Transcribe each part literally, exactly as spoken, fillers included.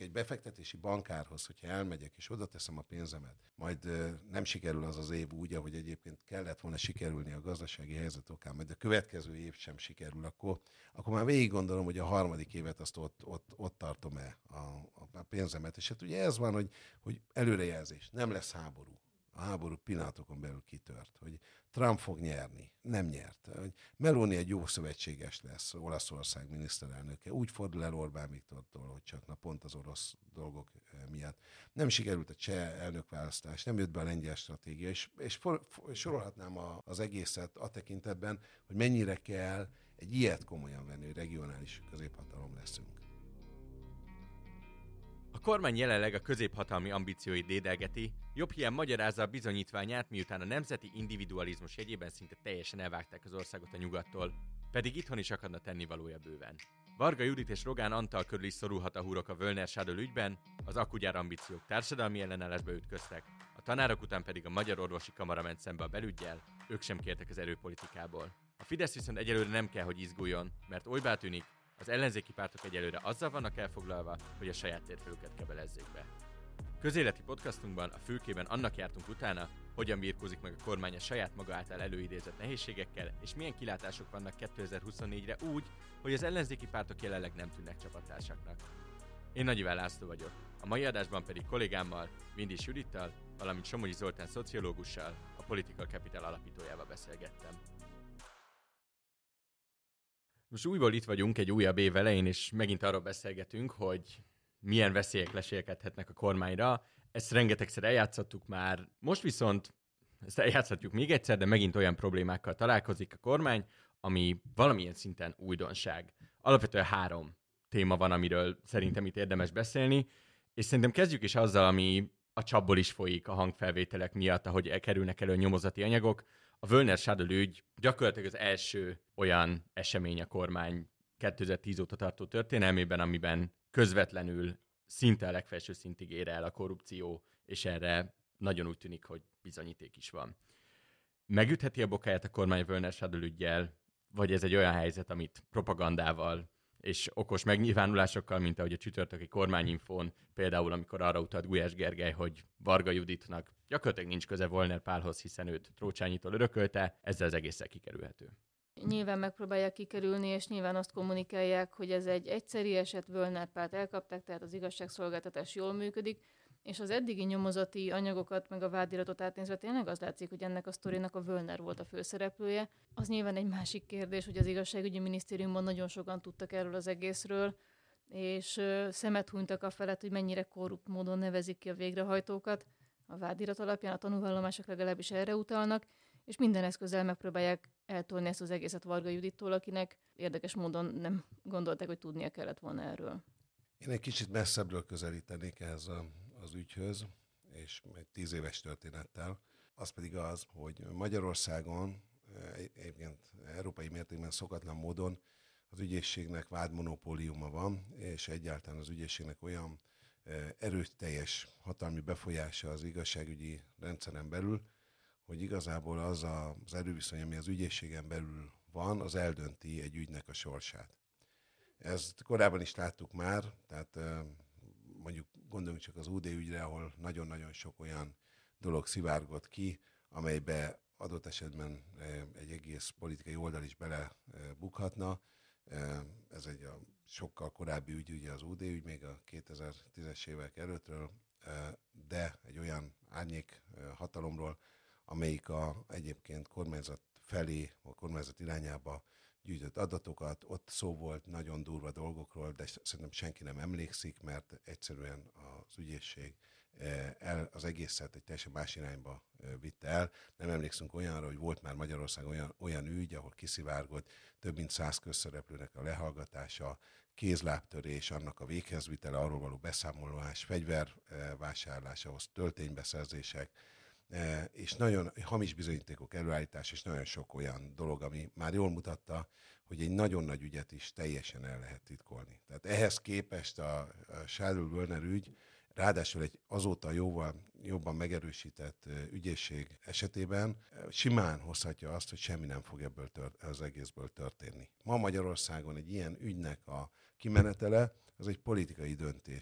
egy befektetési bankárhoz, hogyha elmegyek és oda teszem a pénzemet, majd nem sikerül az az év úgy, ahogy egyébként kellett volna sikerülni a gazdasági helyzet okán, majd a következő év sem sikerül, akkor, akkor már végig gondolom, hogy a harmadik évet azt ott, ott, ott tartom-e a, a pénzemet. És hát ugye ez van, hogy, hogy előrejelzés, nem lesz háború. A háború pillanatokon belül kitört, hogy Trump fog nyerni, nem nyert, hogy Meloni egy jó szövetséges lesz, Olaszország miniszterelnöke, úgy fordul el Orbán Viktortól, hogy csak na pont az orosz dolgok miatt. Nem sikerült a cseh elnökválasztás, nem jött be a lengyel stratégia, és, és for, for, sorolhatnám a, az egészet a tekintetben, hogy mennyire kell egy ilyet komolyan venni, hogy regionális középhatalom leszünk. A kormány jelenleg a középhatalmi ambícióit dédelgeti, jobb hiány magyarázza a bizonyítványát, miután a nemzeti individualizmus jegyében szinte teljesen elvágták az országot a nyugattól, pedig itthon is akadna tennivalója bőven. Varga Judit és Rogán Antal körül is szorulhat a hurok a Völner Sándor ügyben, az akkugyár ambíciók társadalmi ellenállásba ütköztek, a tanárok után pedig a Magyar Orvosi Kamara ment szembe a belüggyel, ők sem kértek az erőpolitikából. A Fidesz viszont egyelőre nem kell, hogy izguljon, mert olybá tűnik, az ellenzéki pártok egyelőre azzal vannak elfoglalva, hogy a saját térfelüket kebelezzék be. Közéleti podcastunkban a fülkében annak jártunk utána, hogyan birkózik meg a kormány a saját maga által előidézett nehézségekkel, és milyen kilátások vannak kétezer-huszonnégyre úgy, hogy az ellenzéki pártok jelenleg nem tűnnek csapattársaknak. Én Nagy Iván László vagyok, a mai adásban pedig kollégámmal, Vindis Judittal, valamint Somogyi Zoltán szociológussal, a Political Capital alapítójával beszélgettem. Most újból itt vagyunk egy újabb év elején, és megint arról beszélgetünk, hogy milyen veszélyek leselkedhetnek a kormányra. Ezt rengetegszer eljátszottuk már, most viszont ezt eljátszhatjuk még egyszer, de megint olyan problémákkal találkozik a kormány, ami valamilyen szinten újdonság. Alapvetően három téma van, amiről szerintem itt érdemes beszélni, és szerintem kezdjük is azzal, ami a csapból is folyik a hangfelvételek miatt, ahogy elkerülnek elő a nyomozati anyagok. A Völner Sándor ügy gyakorlatilag az első olyan esemény a kormány kétezer-tíz óta tartó történelmében, amiben közvetlenül szinte a legfelső szintig ér el a korrupció, és erre nagyon úgy tűnik, hogy bizonyíték is van. Megütheti a bokáját a kormány Völner Sándor üggyel, vagy ez egy olyan helyzet, amit propagandával és okos megnyilvánulásokkal, mint ahogy a csütörtöki kormányinfón, például amikor arra utalt Gulyás Gergely, hogy Varga Juditnak gyakorlatilag nincs köze Volner Pálhoz, hiszen őt Trócsányitól örökölte, ezzel az egésszel kikerülhető. Nyilván megpróbálják kikerülni, és nyilván azt kommunikálják, hogy ez egy egyszeri eset, Völner Pált elkapták, tehát az igazságszolgáltatás jól működik, és az eddigi nyomozati anyagokat, meg a vádiratot átnézve tényleg az látszik, hogy ennek a sztorinak a Völner volt a főszereplője. Az nyilván egy másik kérdés, hogy az igazságügyi minisztériumban nagyon sokan tudtak erről az egészről, és szemet hunytak a felett, hogy mennyire korrupt módon nevezik ki a végrehajtókat. A vádirat alapján a tanúvallomások legalábbis erre utalnak, és minden eszközzel megpróbálják eltolni ezt az egészet Varga Judittól, akinek érdekes módon nem gondolták, hogy tudnia kellett volna erről. Én egy kicsit messzebbről közelítenék ehhez a, az ügyhöz, és egy tíz éves történettel. Az pedig az, hogy Magyarországon egyébként európai mértékben szokatlan módon az ügyészségnek vádmonopóliuma van, és egyáltalán az ügyészségnek olyan erőteljes hatalmi befolyása az igazságügyi rendszeren belül, hogy igazából az a, az erőviszony, ami az ügyészségen belül van, az eldönti egy ügynek a sorsát. Ezt korábban is láttuk már, tehát mondjuk gondoljunk csak az u dé ügyre, ahol nagyon-nagyon sok olyan dolog szivárgott ki, amelybe adott esetben egy egész politikai oldal is belebukhatna. Ez egy a sokkal korábbi ügy, ugye az u dé ügy, még a kétezer-tízes évek előttről, de egy olyan árnyék hatalomról, amelyik a egyébként kormányzat felé, a kormányzat irányába gyűjtött adatokat, ott szó volt nagyon durva dolgokról, de szerintem senki nem emlékszik, mert egyszerűen az ügyészség el, az egészet egy teljesen más irányba vitte el. Nem emlékszünk olyanra, hogy volt már Magyarországon olyan, olyan ügy, ahol kiszivárgott több mint száz közszereplőnek a lehallgatása, kézlábtörés, annak a véghezvitele, arról való beszámolás, fegyvervásárlás, ahhoz tölténybeszerzések, és nagyon hamis bizonyítékok előállítás, és nagyon sok olyan dolog, ami már jól mutatta, hogy egy nagyon nagy ügyet is teljesen el lehet titkolni. Tehát ehhez képest a, a Sándor-Völner ügy, ráadásul egy azóta jóval jobban megerősített ügyészség esetében simán hozhatja azt, hogy semmi nem fog ebből tört, az egészből történni. Ma Magyarországon egy ilyen ügynek a kimenetele az egy politikai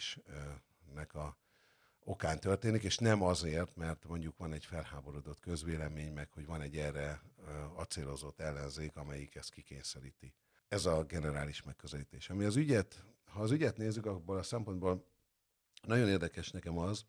döntésnek a okán történik, és nem azért, mert mondjuk van egy felháborodott közvélemény, meg hogy van egy erre acélozott ellenzék, amelyik ezt kikényszeríti. Ez a generális megközelítés. Ami az ügyet, ha az ügyet nézzük, abból a szempontból nagyon érdekes nekem az,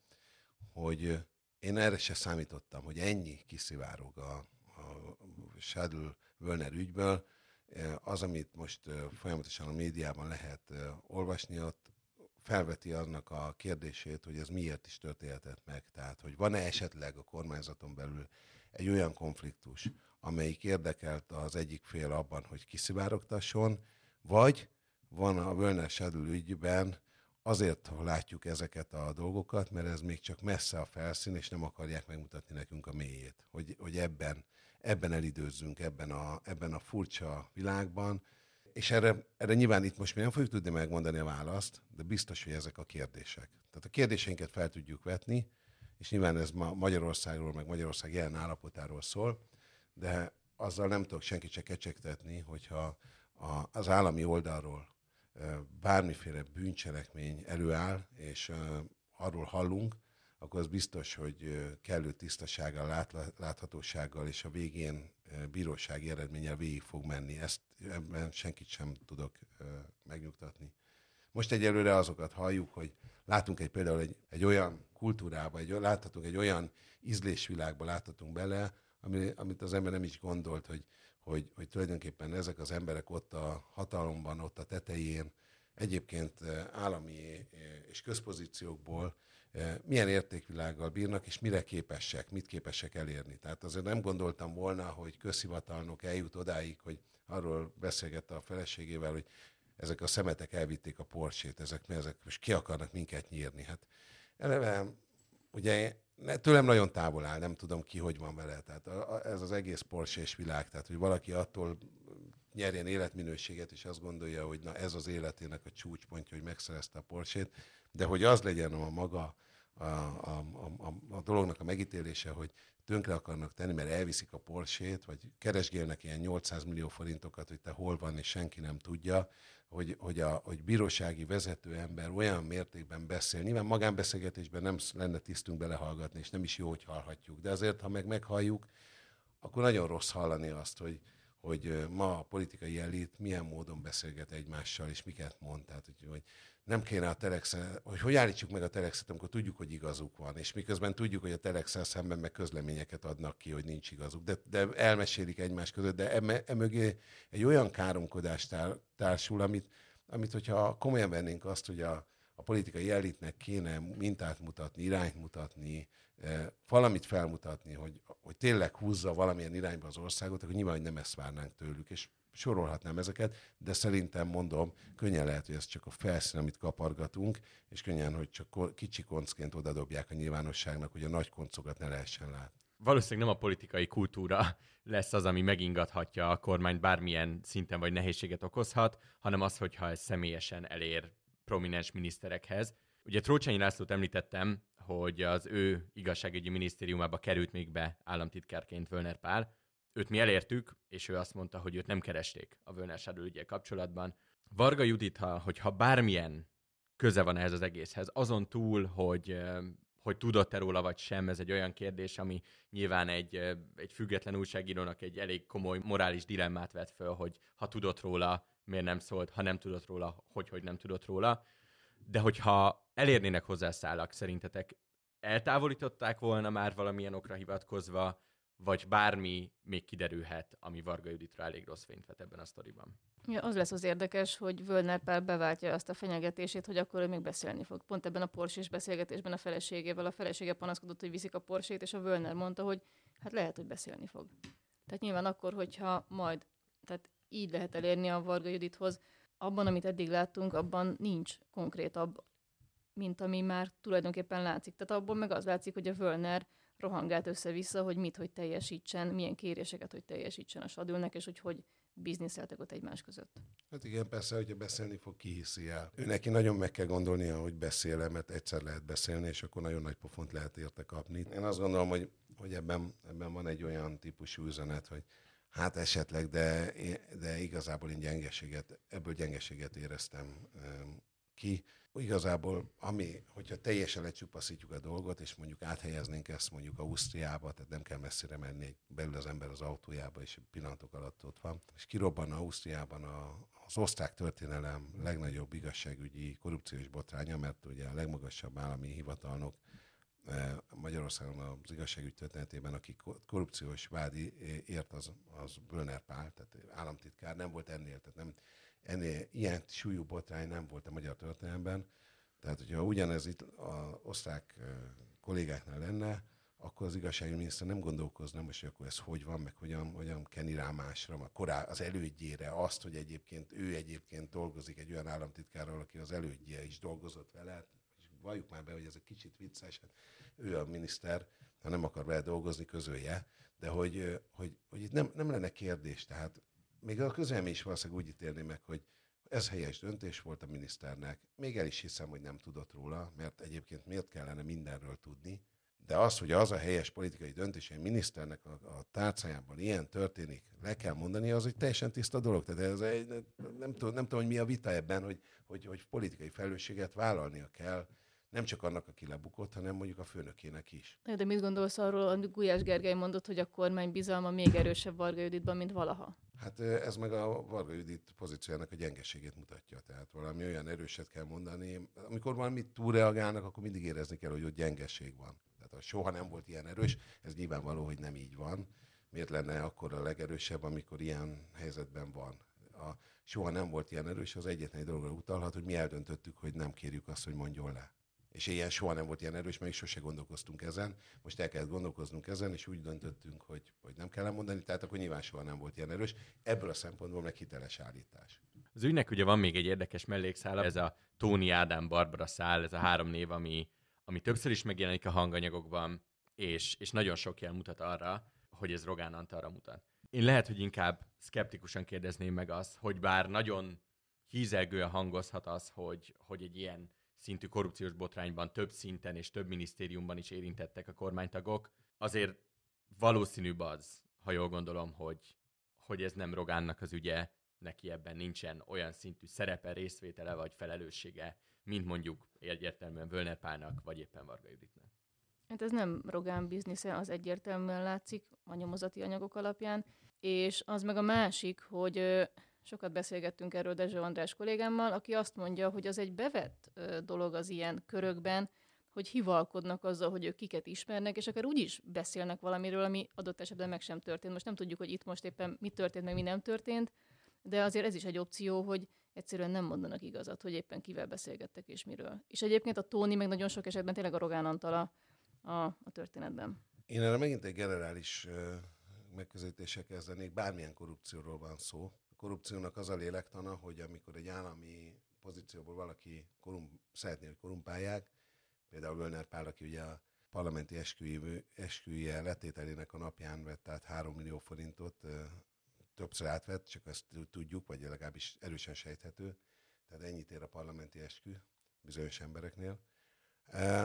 hogy én erre se számítottam, hogy ennyi kiszivárog a, a Schadl-Wöllner ügyből. Az, amit most folyamatosan a médiában lehet olvasni, ott felveti annak a kérdését, hogy ez miért is történhetett meg. Tehát, hogy van-e esetleg a kormányzaton belül egy olyan konfliktus, amelyik érdekelt az egyik fél abban, hogy kiszivárogtasson, vagy van a Wöllner-Schadl ügyben, azért látjuk ezeket a dolgokat, mert ez még csak messze a felszín, és nem akarják megmutatni nekünk a mélyét. Hogy, hogy ebben, ebben elidőzzünk, ebben a, ebben a furcsa világban. És erre, erre nyilván itt most mi nem fogjuk tudni megmondani a választ, de biztos, hogy ezek a kérdések. Tehát a kérdéseinket fel tudjuk vetni, és nyilván ez ma Magyarországról, meg Magyarország jelen állapotáról szól, de azzal nem tudok senkit se kecsegtetni, hogyha a, az állami oldalról bármiféle bűncselekmény előáll, és arról hallunk, akkor az biztos, hogy kellő tisztasággal, láthatósággal, és a végén bírósági eredménnyel végig fog menni. Ezt ebben senkit sem tudok megnyugtatni. Most egyelőre azokat halljuk, hogy látunk egy például egy, egy olyan kultúrába, egy, láthatunk egy olyan ízlésvilágba láthatunk bele, ami, amit az ember nem is gondolt, hogy, hogy, hogy tulajdonképpen ezek az emberek ott a hatalomban, ott a tetején, egyébként állami és közpozíciókból milyen értékvilággal bírnak, és mire képesek, mit képesek elérni. Tehát azért nem gondoltam volna, hogy közhivatalnok eljut odáig, hogy arról beszélgette a feleségével, hogy ezek a szemetek elvitték a Porsét, ezek mi ezek, most ki akarnak minket nyírni. Hát eleve, ugye tőlem nagyon távol áll, nem tudom ki, hogy van vele. Tehát a, a, ez az egész Porsés világ, tehát hogy valaki attól nyerjen életminőséget, és azt gondolja, hogy na ez az életének a csúcspontja, hogy megszerezte a Porsét, de hogy az legyen a maga a, a, a, a dolognak a megítélése, hogy tönkre akarnak tenni, mert elviszik a Porsét, vagy keresgélnek ilyen nyolcszáz millió forintokat, hogy te hol van, és senki nem tudja, hogy, hogy a hogy bírósági vezető ember olyan mértékben beszél. Nyilván magánbeszélgetésben nem lenne tisztünk belehallgatni, és nem is jó, hogy hallhatjuk. De azért, ha meg meghalljuk, akkor nagyon rossz hallani azt, hogy hogy ma a politikai elit milyen módon beszélget egymással, és miket mond. Tehát, hogy, hogy nem kéne a Telexen, hogy hogy állítsuk meg a Telexet, amikor tudjuk, hogy igazuk van, és miközben tudjuk, hogy a Telexel szemben meg közleményeket adnak ki, hogy nincs igazuk, de, de elmesélik egymás között, de emögé egy olyan káromkodás társul, amit, amit hogyha komolyan vennénk azt, hogy a, a politikai elitnek kéne mintát mutatni, irányt mutatni, valamit felmutatni, hogy, hogy tényleg húzza valamilyen irányba az országot, akkor nyilván, hogy nem ezt várnánk tőlük, és sorolhatnám ezeket, de szerintem mondom, könnyen lehet, hogy ez csak a felszín, amit kapargatunk, és könnyen, hogy csak kicsi koncként odadobják a nyilvánosságnak, hogy a nagy koncokat ne lehessen látni. Valószínűleg nem a politikai kultúra lesz az, ami megingathatja a kormányt, bármilyen szinten vagy nehézséget okozhat, hanem az, hogyha ez személyesen elér prominens miniszterekhez. Ugye Trócsányi Lászlót említettem, hogy az ő igazságügyi minisztériumába került még be államtitkárként Wöllner Pál. Őt mi elértük, és ő azt mondta, hogy őt nem keresték a Wöllner-Schadl üggyel kapcsolatban. Varga Judit, ha, hogyha bármilyen köze van ehhez az egészhez, azon túl, hogy, hogy tudott-e róla vagy sem, ez egy olyan kérdés, ami nyilván egy, egy független újságírónak egy elég komoly morális dilemmát vet föl, hogy ha tudott róla, miért nem szólt, ha nem tudott róla, hogy, hogy nem tudott róla. De hogyha elérnének hozzá szálak, szerintetek eltávolították volna már valamilyen okra hivatkozva, vagy bármi még kiderülhet, ami Varga Juditra elég rossz fényt vet ebben a sztoriban? Ja, az lesz az érdekes, hogy Wöllner Pál beváltja azt a fenyegetését, hogy akkor ő még beszélni fog. Pont ebben a Porsés beszélgetésben a feleségével. A felesége panaszkodott, hogy viszik a Porsét, és a Wöllner mondta, hogy hát lehet, hogy beszélni fog. Tehát nyilván akkor, hogyha majd, tehát így lehet elérni a Varga Judithoz, abban, amit eddig láttunk, abban nincs konkrétabb, mint ami már tulajdonképpen látszik. Tehát abból meg az látszik, hogy a Wöllner rohangált össze-vissza, hogy mit, hogy teljesítsen, milyen kéréseket, hogy teljesítsen a Schadlnek, és hogy hogy bizniszeltek ott egymás között. Hát igen, persze, hogyha beszélni fog, ki hiszi el. Ő neki nagyon meg kell gondolnia, hogy beszél, mert egyszer lehet beszélni, és akkor nagyon nagy pofont lehet érte kapni. Én azt gondolom, hogy, hogy ebben, ebben van egy olyan típusú üzenet, hogy Hát esetleg, de, de igazából én gyengeséget, ebből gyengeséget éreztem ki. Igazából, ami, hogyha teljesen lecsupaszítjuk a dolgot, és mondjuk áthelyeznénk ezt mondjuk Ausztriába, tehát nem kell messzire menni, belül az ember az autójába, és pillanatok alatt ott van, és kirobban Ausztriában a, az osztrák történelem legnagyobb igazságügyi korrupciós botránya, mert ugye a legmagasabb állami hivatalnok Magyarországon az igazságügy történetében, aki korrupciós vád ért, az, az Bölner Pál, tehát államtitkár, nem volt ennél, tehát nem, ennél ilyen súlyú botrány nem volt a magyar történelemben. Tehát, hogyha ugyanez itt az osztrák kollégáknál lenne, akkor az igazságügyminiszter nem gondolkozna, most, hogy akkor ez hogy van, meg hogyan, hogyan keni rá másra, korá, az elődjére azt, hogy egyébként ő egyébként dolgozik egy olyan államtitkárral, aki az elődje is dolgozott vele. Valljuk már be, hogy ez egy kicsit vicces, hát ő a miniszter, ha nem akar vele dolgozni, közölje, de hogy, hogy, hogy itt nem, nem lenne kérdés, tehát még a közvélemény is valószínűleg úgy ítélné meg, hogy ez helyes döntés volt a miniszternek. Még el is hiszem, hogy nem tudott róla, mert egyébként miért kellene mindenről tudni. De az, hogy az a helyes politikai döntés, hogy a miniszternek a, a tárcájában ilyen történik, le kell mondani, az egy teljesen tiszta dolog. Tehát ez egy, nem, tudom, nem tudom, hogy mi a vita ebben, hogy, hogy, hogy politikai felelősséget vállalnia kell, nem csak annak, aki lebukott, hanem mondjuk a főnökének is. De mit gondolsz arról, amit Gulyás Gergely mondott, hogy a kormány bizalma még erősebb Varga Juditban, mint valaha? Hát ez meg a Varga Judit pozíciójának a gyengeségét mutatja. Tehát valami olyan erőset kell mondani. Amikor valamit túlreagálnak, akkor mindig érezni kell, hogy ott gyengeség van. Tehát ha soha nem volt ilyen erős, ez nyilvánvaló, hogy nem így van. Miért lenne akkor a legerősebb, amikor ilyen helyzetben van? A soha nem volt ilyen erős, az egyetlen dologra utalhat, hogy mi eldöntöttük, hogy nem kérjük azt, hogy mondjon le. És ilyen soha nem volt ilyen erős, meg sose gondolkoztunk ezen. Most el kellett gondolkoznunk ezen, és úgy döntöttünk, hogy, hogy nem kell mondani, tehát akkor nyilván soha nem volt ilyen erős. Ebből a szempontból meg hiteles állítás. Az ügynek ugye van még egy érdekes mellékszála, ez a Tóni Ádám Barbara szál, ez a három név, ami, ami többször is megjelenik a hanganyagokban, és, és nagyon sok jel mutat arra, hogy ez Rogán Antalra mutat. Én lehet, hogy inkább szkeptikusan kérdezném meg azt, hogy bár nagyon hízelgően hangozhat az, hogy, hogy egy ilyen szintű korrupciós botrányban több szinten és több minisztériumban is érintettek a kormánytagok, azért valószínűbb az, ha jól gondolom, hogy, hogy ez nem Rogánnak az ügye, neki ebben nincsen olyan szintű szerepe, részvétele vagy felelőssége, mint mondjuk egyértelműen Völner Pálnak, vagy éppen Varga Juditnak. Hát ez nem Rogán biznisze, az egyértelműen látszik a nyomozati anyagok alapján, és az meg a másik, hogy sokat beszélgettünk erről Dezső András kollégámmal, aki azt mondja, hogy az egy bevett dolog az ilyen körökben, hogy hivalkodnak azzal, hogy ők kiket ismernek, és akár úgy is beszélnek valamiről, ami adott esetben meg sem történt. Most nem tudjuk, hogy itt most éppen mi történt, meg mi nem történt, de azért ez is egy opció, hogy egyszerűen nem mondanak igazat, hogy éppen kivel beszélgettek és miről. És egyébként a Tóni meg nagyon sok esetben tényleg a Rogán Antal a, a, a történetben. Én erre megint egy generális uh, megközelítéssel kezdenék, bármilyen korrupcióról van szó. A korrupciónak az a lélektana, hogy amikor egy állami pozícióból valaki korum, szeretné, hogy korumpálják, például Völner Pál, aki ugye a parlamenti esküvő, esküvője letételének a napján vett át három millió forintot, uh, többször átvett, csak ezt tudjuk, vagy legalábbis erősen sejthető. Tehát ennyit ér a parlamenti eskü bizonyos embereknél. Uh,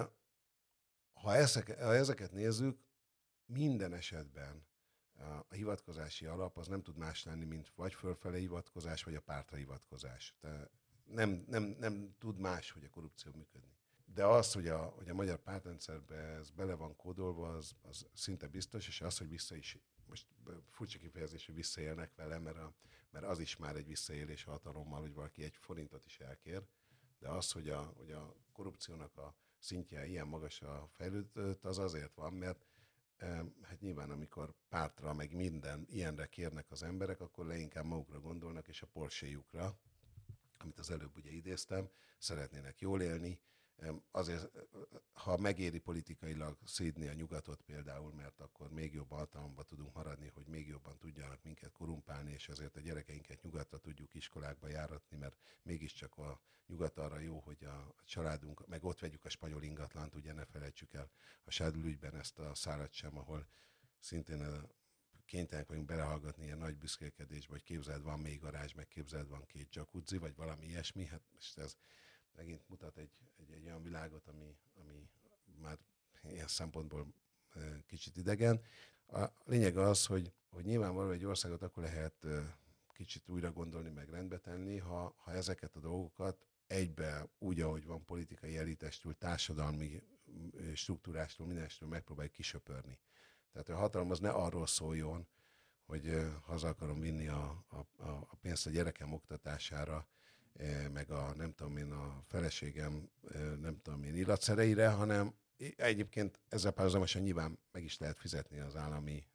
ha, ezek, ha ezeket nézzük, minden esetben a hivatkozási alap az nem tud más lenni, mint vagy fölfele hivatkozás, vagy a pártra hivatkozás. Tehát nem, nem, nem tud más, hogy a korrupció működni. De az, hogy a, hogy a magyar pártrendszerbe ez bele van kódolva, az, az szinte biztos, és az, hogy vissza is, most furcsa kifejezés, hogy visszaélnek vele, mert, a, mert az is már egy visszaélés a hatalommal, hogy valaki egy forintot is elkér, de az, hogy a, hogy a korrupciónak a szintje ilyen magasra fejlődött, az azért van, mert hát nyilván, amikor pártra, meg minden ilyenre kérnek az emberek, akkor leginkább magukra gondolnak, és a Porsche-jukra, amit az előbb ugye idéztem, szeretnének jól élni. Azért, ha megéri politikailag szídni a nyugatot például, mert akkor még jobban hatalomba tudunk maradni, hogy még jobban tudjanak minket korumpálni, és azért a gyerekeinket nyugatra tudjuk iskolákba járatni, mert mégiscsak a nyugat arra jó, hogy a családunk, meg ott vegyük a spanyol ingatlant, ugye ne felejtsük el a Sádl ügyben ezt a szállat sem, ahol szintén kénytelenek vagyunk belehallgatni ilyen nagy büszkélkedésbe, hogy képzeld, van még garázs, meg képzeld, van két jacuzzi, vagy valami ilyesmi, hát most ez megint mutat egy, egy, egy olyan világot, ami, ami már ilyen szempontból kicsit idegen. A lényeg az, hogy, hogy nyilvánvalóan egy országot akkor lehet kicsit újra gondolni, meg rendbe tenni, ha, ha ezeket a dolgokat egybe, úgy, ahogy van, politikai elitestől, társadalmi struktúrástól, mindenestől megpróbáljuk kisöpörni. Tehát a hatalom az ne arról szóljon, hogy haza akarom vinni a, a, a pénzt a gyerekem oktatására, meg a nem tudom én, a feleségem nem tudom én illatszereire, hanem egyébként ezzel párhuzamosan nyilván meg is lehet fizetni az állami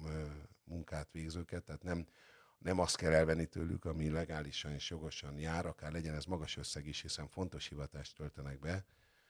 munkát végzőket, tehát nem, nem azt kell elvenni tőlük, ami legálisan és jogosan jár, akár legyen ez magas összeg is, hiszen fontos hivatást töltenek be,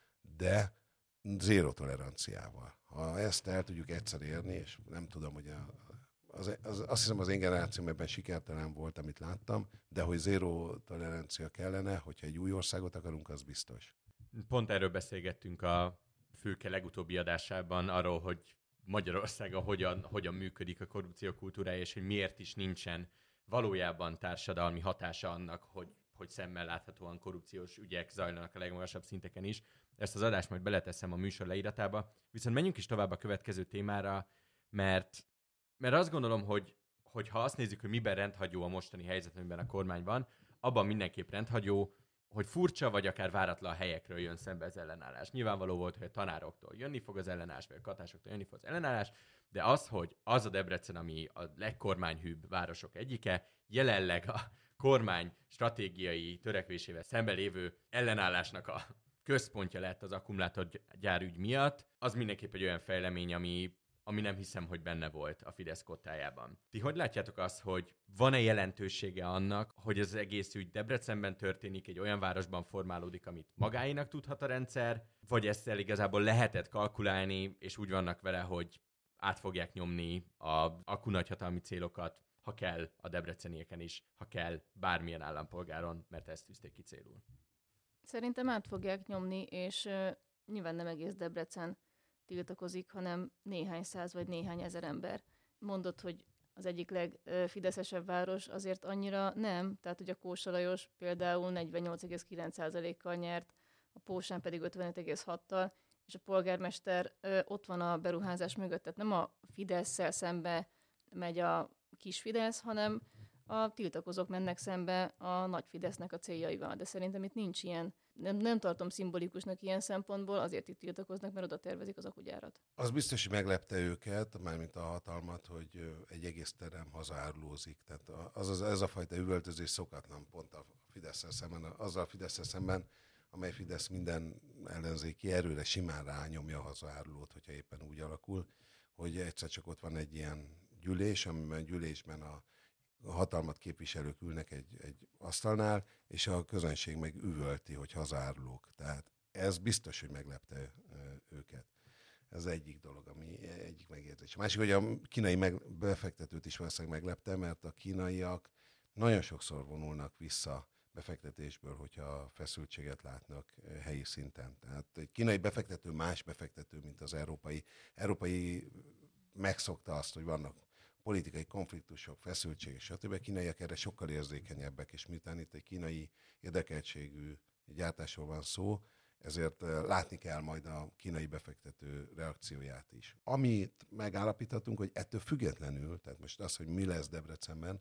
de zéró toleranciával. Ha ezt el tudjuk egyszer érni, és nem tudom, hogy a, az, az, azt hiszem az én generációm ebben sikertelen volt, amit láttam, de hogy zéró tolerancia kellene, hogyha egy új országot akarunk, az biztos. Pont erről beszélgettünk a Fülke legutóbbi adásában, arról, hogy Magyarországon hogyan, hogyan működik a korrupció kultúrája, és hogy miért is nincsen valójában társadalmi hatása annak, hogy, hogy szemmel láthatóan korrupciós ügyek zajlanak a legmagasabb szinteken is. Ezt az adást majd beleteszem a műsor leíratába. Viszont menjünk is tovább a következő témára, mert, mert azt gondolom, hogy, hogy ha azt nézzük, hogy miben rendhagyó a mostani helyzet, amiben a kormány van, abban mindenképp rendhagyó, hogy furcsa vagy akár váratlan helyekről jön szembe az ellenállás. Nyilvánvaló volt, hogy a tanároktól jönni fog az ellenállás, vagy a katásoktól jönni fog az ellenállás, de az, hogy az a Debrecen, ami a legkormányhűbb városok egyike, jelenleg a kormány stratégiai törekvésével szemben lévő ellenállásnak a központja lett az akkumulátorgyárügy miatt, az mindenképp egy olyan fejlemény, ami ami nem hiszem, hogy benne volt a Fidesz kottájában. Ti hogy látjátok azt, hogy van-e jelentősége annak, hogy az egész ügy Debrecenben történik, egy olyan városban formálódik, amit magáénak tudhat a rendszer, vagy ezzel igazából lehetett kalkulálni, és úgy vannak vele, hogy át fogják nyomni az akkunagyhatalmi célokat, ha kell a debrecenieken is, ha kell bármilyen állampolgáron, mert ezt tűzték ki célul. Szerintem át fogják nyomni, és uh, nyilván nem egész Debrecen tiltakozik, hanem néhány száz vagy néhány ezer ember. Mondod, hogy az egyik legfideszesebb város, azért annyira nem, tehát hogy a Kósa Lajos például negyvennyolc egész kilenc százalékkal nyert, a Pósán pedig ötvenöt egész hattal, és a polgármester ö, ott van a beruházás mögött, tehát nem a Fidesszel szembe megy a kis Fidesz, hanem a tiltakozók mennek szembe a nagy Fidesznek a céljaival, de szerintem itt nincs ilyen. Nem, nem tartom szimbolikusnak ilyen szempontból, azért itt tiltakoznak, mert oda tervezik az akugyárat. Az biztos, hogy meglepte őket, mármint a hatalmat, hogy egy egész terem hazaárulózik. Tehát az, az, ez a fajta üvöltözés szokatlan pont a Fidesszel szemben, azzal a Fidesszel szemben, amely Fidesz minden ellenzéki erőre simán rányomja a hazaárulót, hogyha éppen úgy alakul, hogy egyszer csak ott van egy ilyen gyűlés, amiben gyűlésben a a hatalmat képviselők ülnek egy, egy asztalnál, és a közönség meg üvölti, hogy hazaárulók. Tehát ez biztos, hogy meglepte őket. Ez egyik dolog, ami egyik megjegyzés. A másik, hogy a kínai meg, befektetőt is valószínűleg meglepte, mert a kínaiak nagyon sokszor vonulnak vissza befektetésből, hogyha feszültséget látnak helyi szinten. Tehát egy kínai befektető más befektető, mint az európai. Európai megszokta azt, hogy vannak politikai konfliktusok, feszültség, stb. A kínaiak erre sokkal érzékenyebbek, és miután itt egy kínai érdekeltségű gyártásról van szó, ezért látni kell majd a kínai befektető reakcióját is. Amit megállapíthatunk, hogy ettől függetlenül, tehát most az, hogy mi lesz Debrecenben,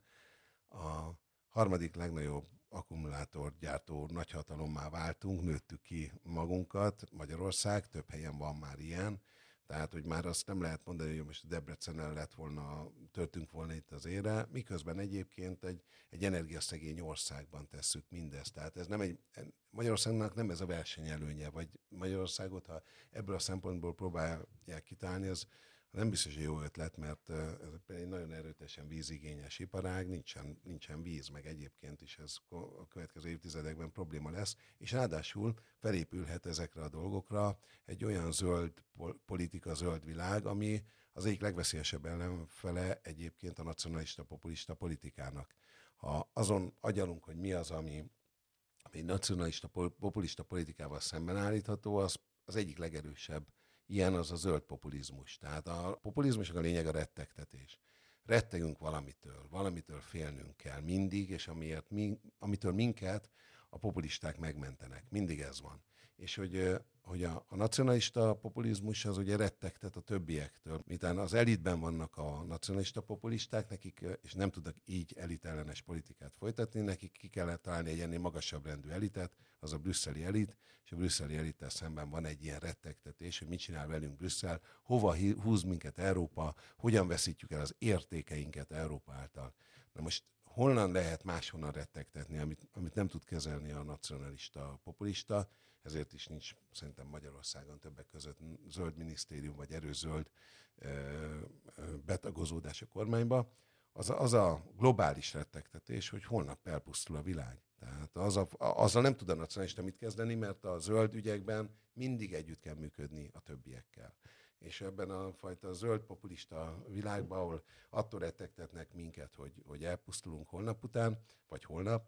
a harmadik legnagyobb akkumulátorgyártó nagyhatalommá váltunk, nőttük ki magunkat, Magyarország, több helyen van már ilyen, tehát, hogy már azt nem lehet mondani, hogy most Debrecennel lett volna, törtünk volna itt az ére, miközben egyébként egy, egy energiaszegény országban tesszük mindezt. Tehát ez nem egy, Magyarországnak nem ez a versenyelőnye, vagy Magyarországot, ha ebből a szempontból próbálják kitálni, az nem biztos, hogy jó ötlet, mert ez egy nagyon erőteljesen vízigényes iparág, nincsen, nincsen víz, meg egyébként is ez a következő évtizedekben probléma lesz, és ráadásul felépülhet ezekre a dolgokra egy olyan zöld politika, zöld világ, ami az egyik legveszélyesebb ellenfele egyébként a nacionalista, populista politikának. Ha azon agyalunk, hogy mi az, ami, ami nacionalista, populista politikával szemben állítható, az az egyik legerősebb ilyen az a zöld populizmus. Tehát a populizmusnak a lényeg a rettegtetés. Rettegünk valamitől, valamitől félnünk kell mindig, és amiért mi, amitől minket a populisták megmentenek. Mindig ez van. és hogy, hogy a, a nacionalista populizmus az ugye rettegtet a többiektől. Miután az elitben vannak a nacionalista populisták, nekik, és nem tudnak így elitellenes politikát folytatni, nekik ki kellett találni egy ennél magasabb rendű elitet, az a brüsszeli elit, és a brüsszeli elittel szemben van egy ilyen rettegtetés, hogy mit csinál velünk Brüsszel, hova húz minket Európa, hogyan veszítjük el az értékeinket Európa által. Na most honnan lehet máshonnan rettegtetni, amit, amit nem tud kezelni a nacionalista populista, ezért is nincs szerintem Magyarországon többek között zöld minisztérium, vagy erőzöld ö, ö, betagozódás a kormányba, az, az a globális rettegtetés, hogy holnap elpusztul a világ. Tehát az a, azzal nem tud a nacionalista mit kezdeni, mert a zöld ügyekben mindig együtt kell működni a többiekkel. És ebben a fajta zöld populista világban, ahol attól rettegtetnek minket, hogy, hogy elpusztulunk holnap után, vagy holnap,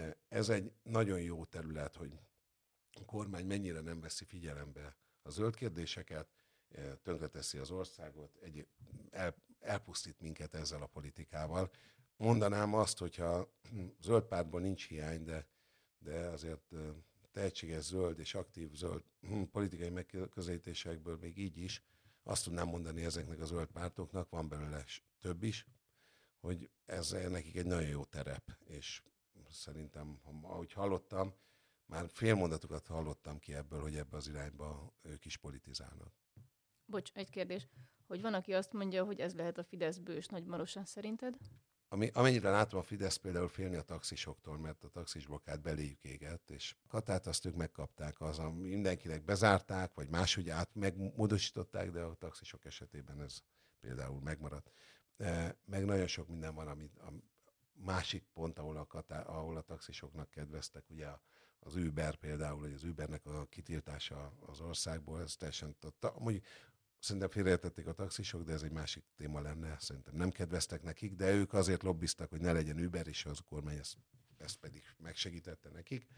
ez egy nagyon jó terület, hogy a kormány mennyire nem veszi figyelembe a zöld kérdéseket, tönkreteszi az országot, egy, el, elpusztít minket ezzel a politikával. Mondanám azt, hogyha zöld pártból nincs hiány, de, de azért tehetséges zöld és aktív zöld politikai megközelítésekből még így is azt tudnám mondani ezeknek a zöld pártoknak, van belőle több is, hogy ez nekik egy nagyon jó terep, és szerintem, ahogy hallottam, már félmondatokat hallottam ki ebből, hogy ebbe az irányba ők is politizálnak. Bocs, egy kérdés. Hogy van, aki azt mondja, hogy ez lehet a Fidesz bős Nagymarosan szerinted? Ami, amennyire látom, a Fidesz például félni a taxisoktól, mert a taxisblokád beléjük égett, és Katát azt ők megkapták, az a, mindenkinek bezárták, vagy máshogy át megmódosították, de a taxisok esetében ez például megmaradt. E, meg nagyon sok minden van, amit a másik pont, ahol a, Katá, ahol a taxisoknak kedveztek, ugye a az Uber például, hogy az Ubernek a kitiltása az országból, ez teljesen, mondjuk szerintem félreértették a taxisok, de ez egy másik téma lenne, szerintem nem kedveztek nekik, de ők azért lobbiztak, hogy ne legyen Uber, és az kormány ezt, ezt pedig megsegítette nekik.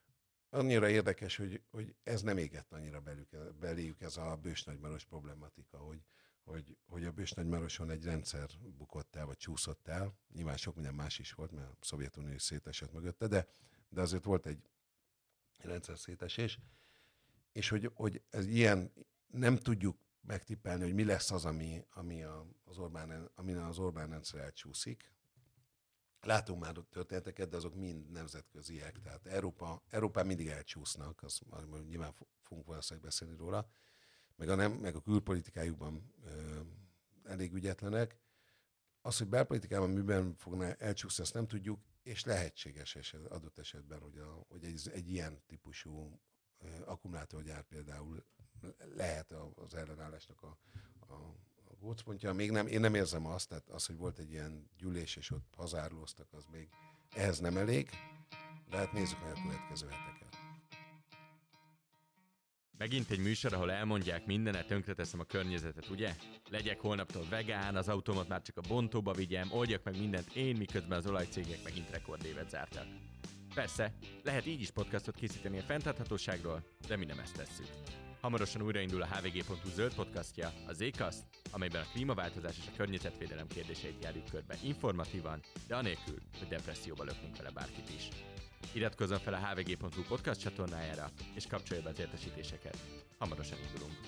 Annyira érdekes, hogy, hogy ez nem égett annyira belük, beléjük ez a Bős-Nagymaros problematika, hogy, hogy, hogy a Bős-Nagymaroson egy rendszer bukott el, vagy csúszott el. Nyilván sok minden más is volt, mert a Szovjetunió is szétesett mögötte, de, de azért volt egy rendszer szétesés, és hogy, hogy ez ilyen, nem tudjuk megtippelni, hogy mi lesz az, ami, ami a, az Orbán, amin az Orbán rendszer elcsúszik. Látunk már történeteket, de azok mind nemzetköziek, tehát Európa, Európán mindig elcsúsznak, az, nyilván fogunk valószínűleg beszélni róla, meg a, nem, meg a külpolitikájukban ö, elég ügyetlenek. Az, hogy belpolitikában miben fogna elcsúszni, azt nem tudjuk, és lehetséges eset, adott esetben, hogy, a, hogy egy, egy ilyen típusú uh, akkumulátorgyár például lehet az ellenállásnak a, a, a gócpontja. Még nem, én nem érzem azt, tehát az, hogy volt egy ilyen gyűlés, és ott hazárlóztak, az még ehhez nem elég, de hát nézzük meg a következő heteket. Megint egy műsor, ahol elmondják mindenet, tönkreteszem a környezetet, ugye? Legyek holnaptól vegán, az autómat már csak a bontóba vigyem, oldjak meg mindent én, miközben az olajcégek megint rekordévet zártak. Persze, lehet így is podcastot készíteni a fenntarthatóságról, de mi nem ezt tesszük. Hamarosan újraindul a há vé gé pont hú zöld podcastja, a Zcast, amelyben a klímaváltozás és a környezetvédelem kérdéseit járjuk körbe informatívan, de anélkül, hogy depresszióba löknénk vele bárkit is. Iratkozzon fel a há vé gé pont hú podcast csatornájára, és kapcsolja be az értesítéseket. Hamarosan indulunk.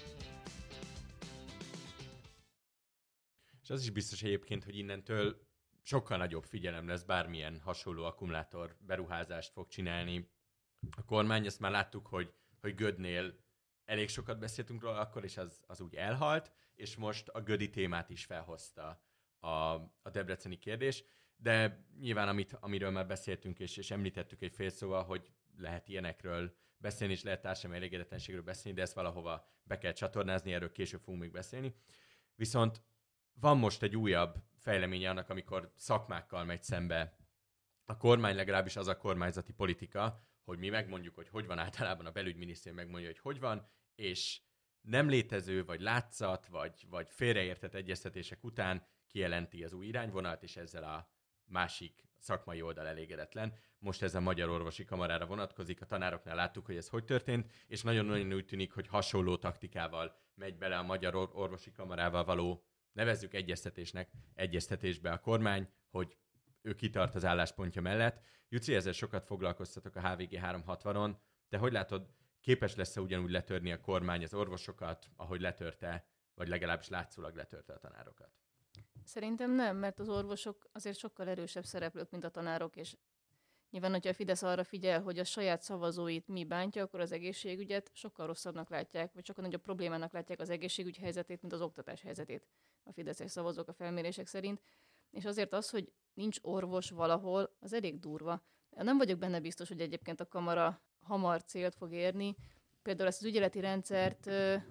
És az is biztos egyébként, hogy innentől sokkal nagyobb figyelem lesz, bármilyen hasonló akkumulátor beruházást fog csinálni a kormány. Ezt már láttuk, hogy, hogy Gödnél elég sokat beszéltünk róla akkor, és az, az úgy elhalt, és most a gödi témát is felhozta a, a debreceni kérdés. De nyilván, amit, amiről már beszéltünk, és, és említettük egy fél szóval, hogy lehet ilyenekről beszélni, és lehet társadalmi elégedetlenségről beszélni, de ezt valahova be kell csatornázni, erről később fogunk még beszélni. Viszont van most egy újabb fejleménye annak, amikor szakmákkal megy szembe a kormány, legalábbis az a kormányzati politika, hogy mi megmondjuk, hogy hogy van, általában a belügyminisztérium megmondja, hogy hogy van, és nem létező, vagy látszat, vagy, vagy félreértett egyeztetések után kijelenti az új irányvonalat, és ezzel a másik szakmai oldal elégedetlen. Most ez a Magyar Orvosi Kamarára vonatkozik, a tanároknál láttuk, hogy ez hogy történt, és nagyon-nagyon úgy tűnik, hogy hasonló taktikával megy bele a Magyar Orvosi Kamarával való, nevezzük egyeztetésnek, egyeztetésbe a kormány, hogy ő kitart az álláspontja mellett. Juci, ezzel sokat foglalkoztatok a há vé gé háromszázhatvanon, de hogy látod, képes lesz-e ugyanúgy letörni a kormány az orvosokat, ahogy letörte, vagy legalábbis látszólag letörte a tanárokat? Szerintem nem, mert az orvosok azért sokkal erősebb szereplők, mint a tanárok, és nyilván, hogyha a Fidesz arra figyel, hogy a saját szavazóit mi bántja, akkor az egészségügyet sokkal rosszabbnak látják, vagy sokkal nagyobb problémának látják az egészségügy helyzetét, mint az oktatás helyzetét a fideszes szavazók a felmérések szerint. És azért az, hogy nincs orvos valahol, az elég durva. Nem vagyok benne biztos, hogy egyébként a kamara hamar célt fog érni. Például ezt az ügyeleti rendszert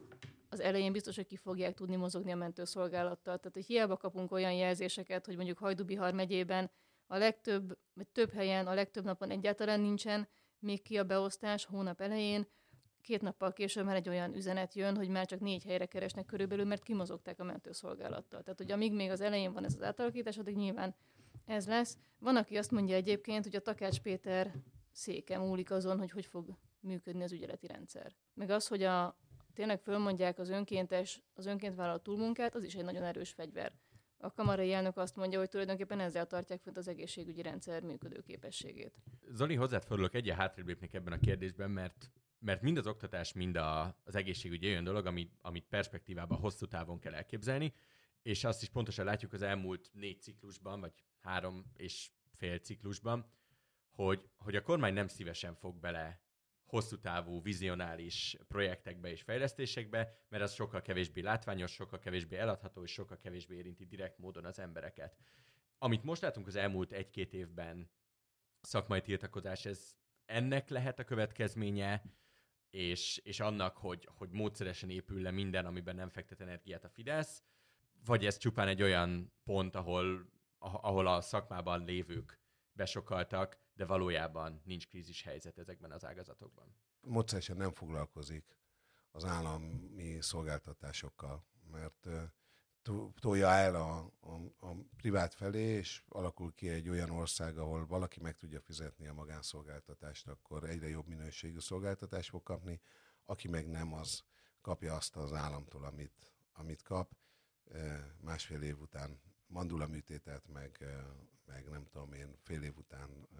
az elején biztos, hogy ki fogják tudni mozogni a mentőszolgálattal. Tehát, hogy hiába kapunk olyan jelzéseket, hogy mondjuk Hajdú-Bihar megyében a legtöbb, több helyen, a legtöbb napon egyáltalán nincsen még ki a beosztás hónap elején. Két nappal később már egy olyan üzenet jön, hogy már csak négy helyre keresnek körülbelül, mert kimozogták a mentőszolgálattal. Tehát, hogy amíg még az elején van ez az átalakítás, addig nyilván ez lesz. Van, aki azt mondja egyébként, hogy a Takács Péter széke múlik azon, hogy hogy fog működni az ügyeleti rendszer. Meg az, hogy a, tényleg fölmondják az önkéntes, az önként vállalt túlmunkát, az is egy nagyon erős fegyver. A kamarai elnök azt mondja, hogy tulajdonképpen ezzel tartják fönt az egészségügyi rendszer működőképességét. Zoli, hozzád fordulok, egyen hátrébb lépnék ebben a kérdésben, mert, mert mind az oktatás, mind a, az egészségügy olyan dolog, amit, amit perspektívában hosszú távon kell elképzelni, és azt is pontosan látjuk az elmúlt négy ciklusban, vagy három és fél ciklusban, hogy, hogy a kormány nem szívesen fog bele hosszú távú, vizionális projektekbe és fejlesztésekbe, mert az sokkal kevésbé látványos, sokkal kevésbé eladható, és sokkal kevésbé érinti direkt módon az embereket. Amit most látunk az elmúlt egy-két évben szakmai tiltakozás, ez ennek lehet a következménye, és, és annak, hogy, hogy módszeresen épül le minden, amiben nem fektet energiát a Fidesz, vagy ez csupán egy olyan pont, ahol, ahol a szakmában lévők besokaltak, de valójában nincs krízis helyzet ezekben az ágazatokban. Módszeresen nem foglalkozik az állami szolgáltatásokkal, mert tolja el a, a, a privát felé, és alakul ki egy olyan ország, ahol valaki meg tudja fizetni a magánszolgáltatást, akkor egyre jobb minőségű szolgáltatást fog kapni, aki meg nem, az kapja azt az államtól, amit, amit kap. Másfél év után mandulaműtétet, meg, meg nem tudom én, fél év után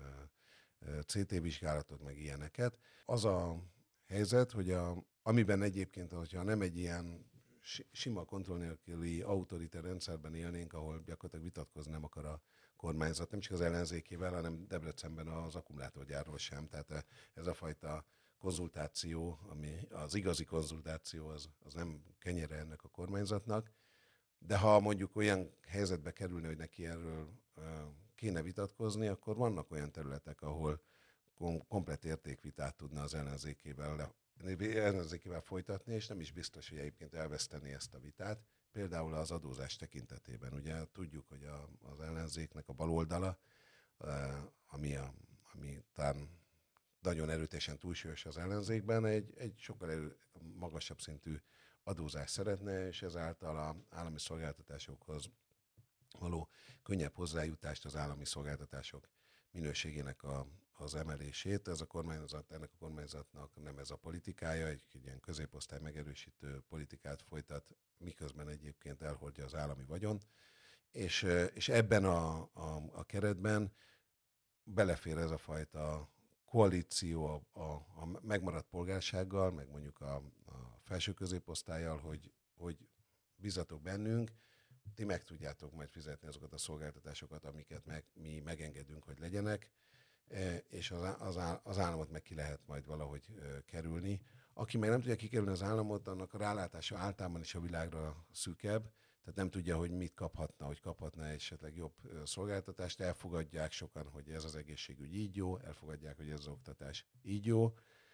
cé té vizsgálatot, meg ilyeneket. Az a helyzet, hogy a, amiben egyébként, hogyha nem egy ilyen sima kontroll nélküli autoriter rendszerben élnénk, ahol gyakorlatilag vitatkozni nem akar a kormányzat, nem csak az ellenzékével, hanem Debrecenben az akkumulátorgyárról sem. Tehát ez a fajta konzultáció, ami az igazi konzultáció, az, az nem kenyere ennek a kormányzatnak. De ha mondjuk olyan helyzetbe kerülne, hogy neki erről kéne vitatkozni, akkor vannak olyan területek, ahol komplett értékvitát tudna az ellenzékével, ellenzékével folytatni, és nem is biztos, hogy egyébként elveszteni ezt a vitát. Például az adózás tekintetében. Ugye tudjuk, hogy a, az ellenzéknek a baloldala, ami, a, ami talán nagyon erőteljesen túlsúlyos az ellenzékben, egy, egy sokkal erő, magasabb szintű adózást szeretne, és ezáltal az állami szolgáltatásokhoz való könnyebb hozzájutást, az állami szolgáltatások minőségének a, az emelését. Ez a kormányzat, ennek a kormányzatnak nem ez a politikája, egy, egy ilyen középosztály megerősítő politikát folytat, miközben egyébként elhordja az állami vagyont, és, és ebben a, a, a keretben belefér ez a fajta koalíció a, a, a megmaradt polgársággal, meg mondjuk a, a felső középosztállyal, hogy, hogy bízzatok bennünk, ti meg tudjátok majd fizetni azokat a szolgáltatásokat, amiket meg, mi megengedünk, hogy legyenek, és az, az, az államot meg ki lehet majd valahogy kerülni. Aki meg nem tudja kikerülni az államot, annak a rálátása általában is a világra szűkebb, tehát nem tudja, hogy mit kaphatna, hogy kaphatna esetleg jobb szolgáltatást. Elfogadják sokan, hogy ez az egészségügy így jó, elfogadják, hogy ez az oktatás így jó,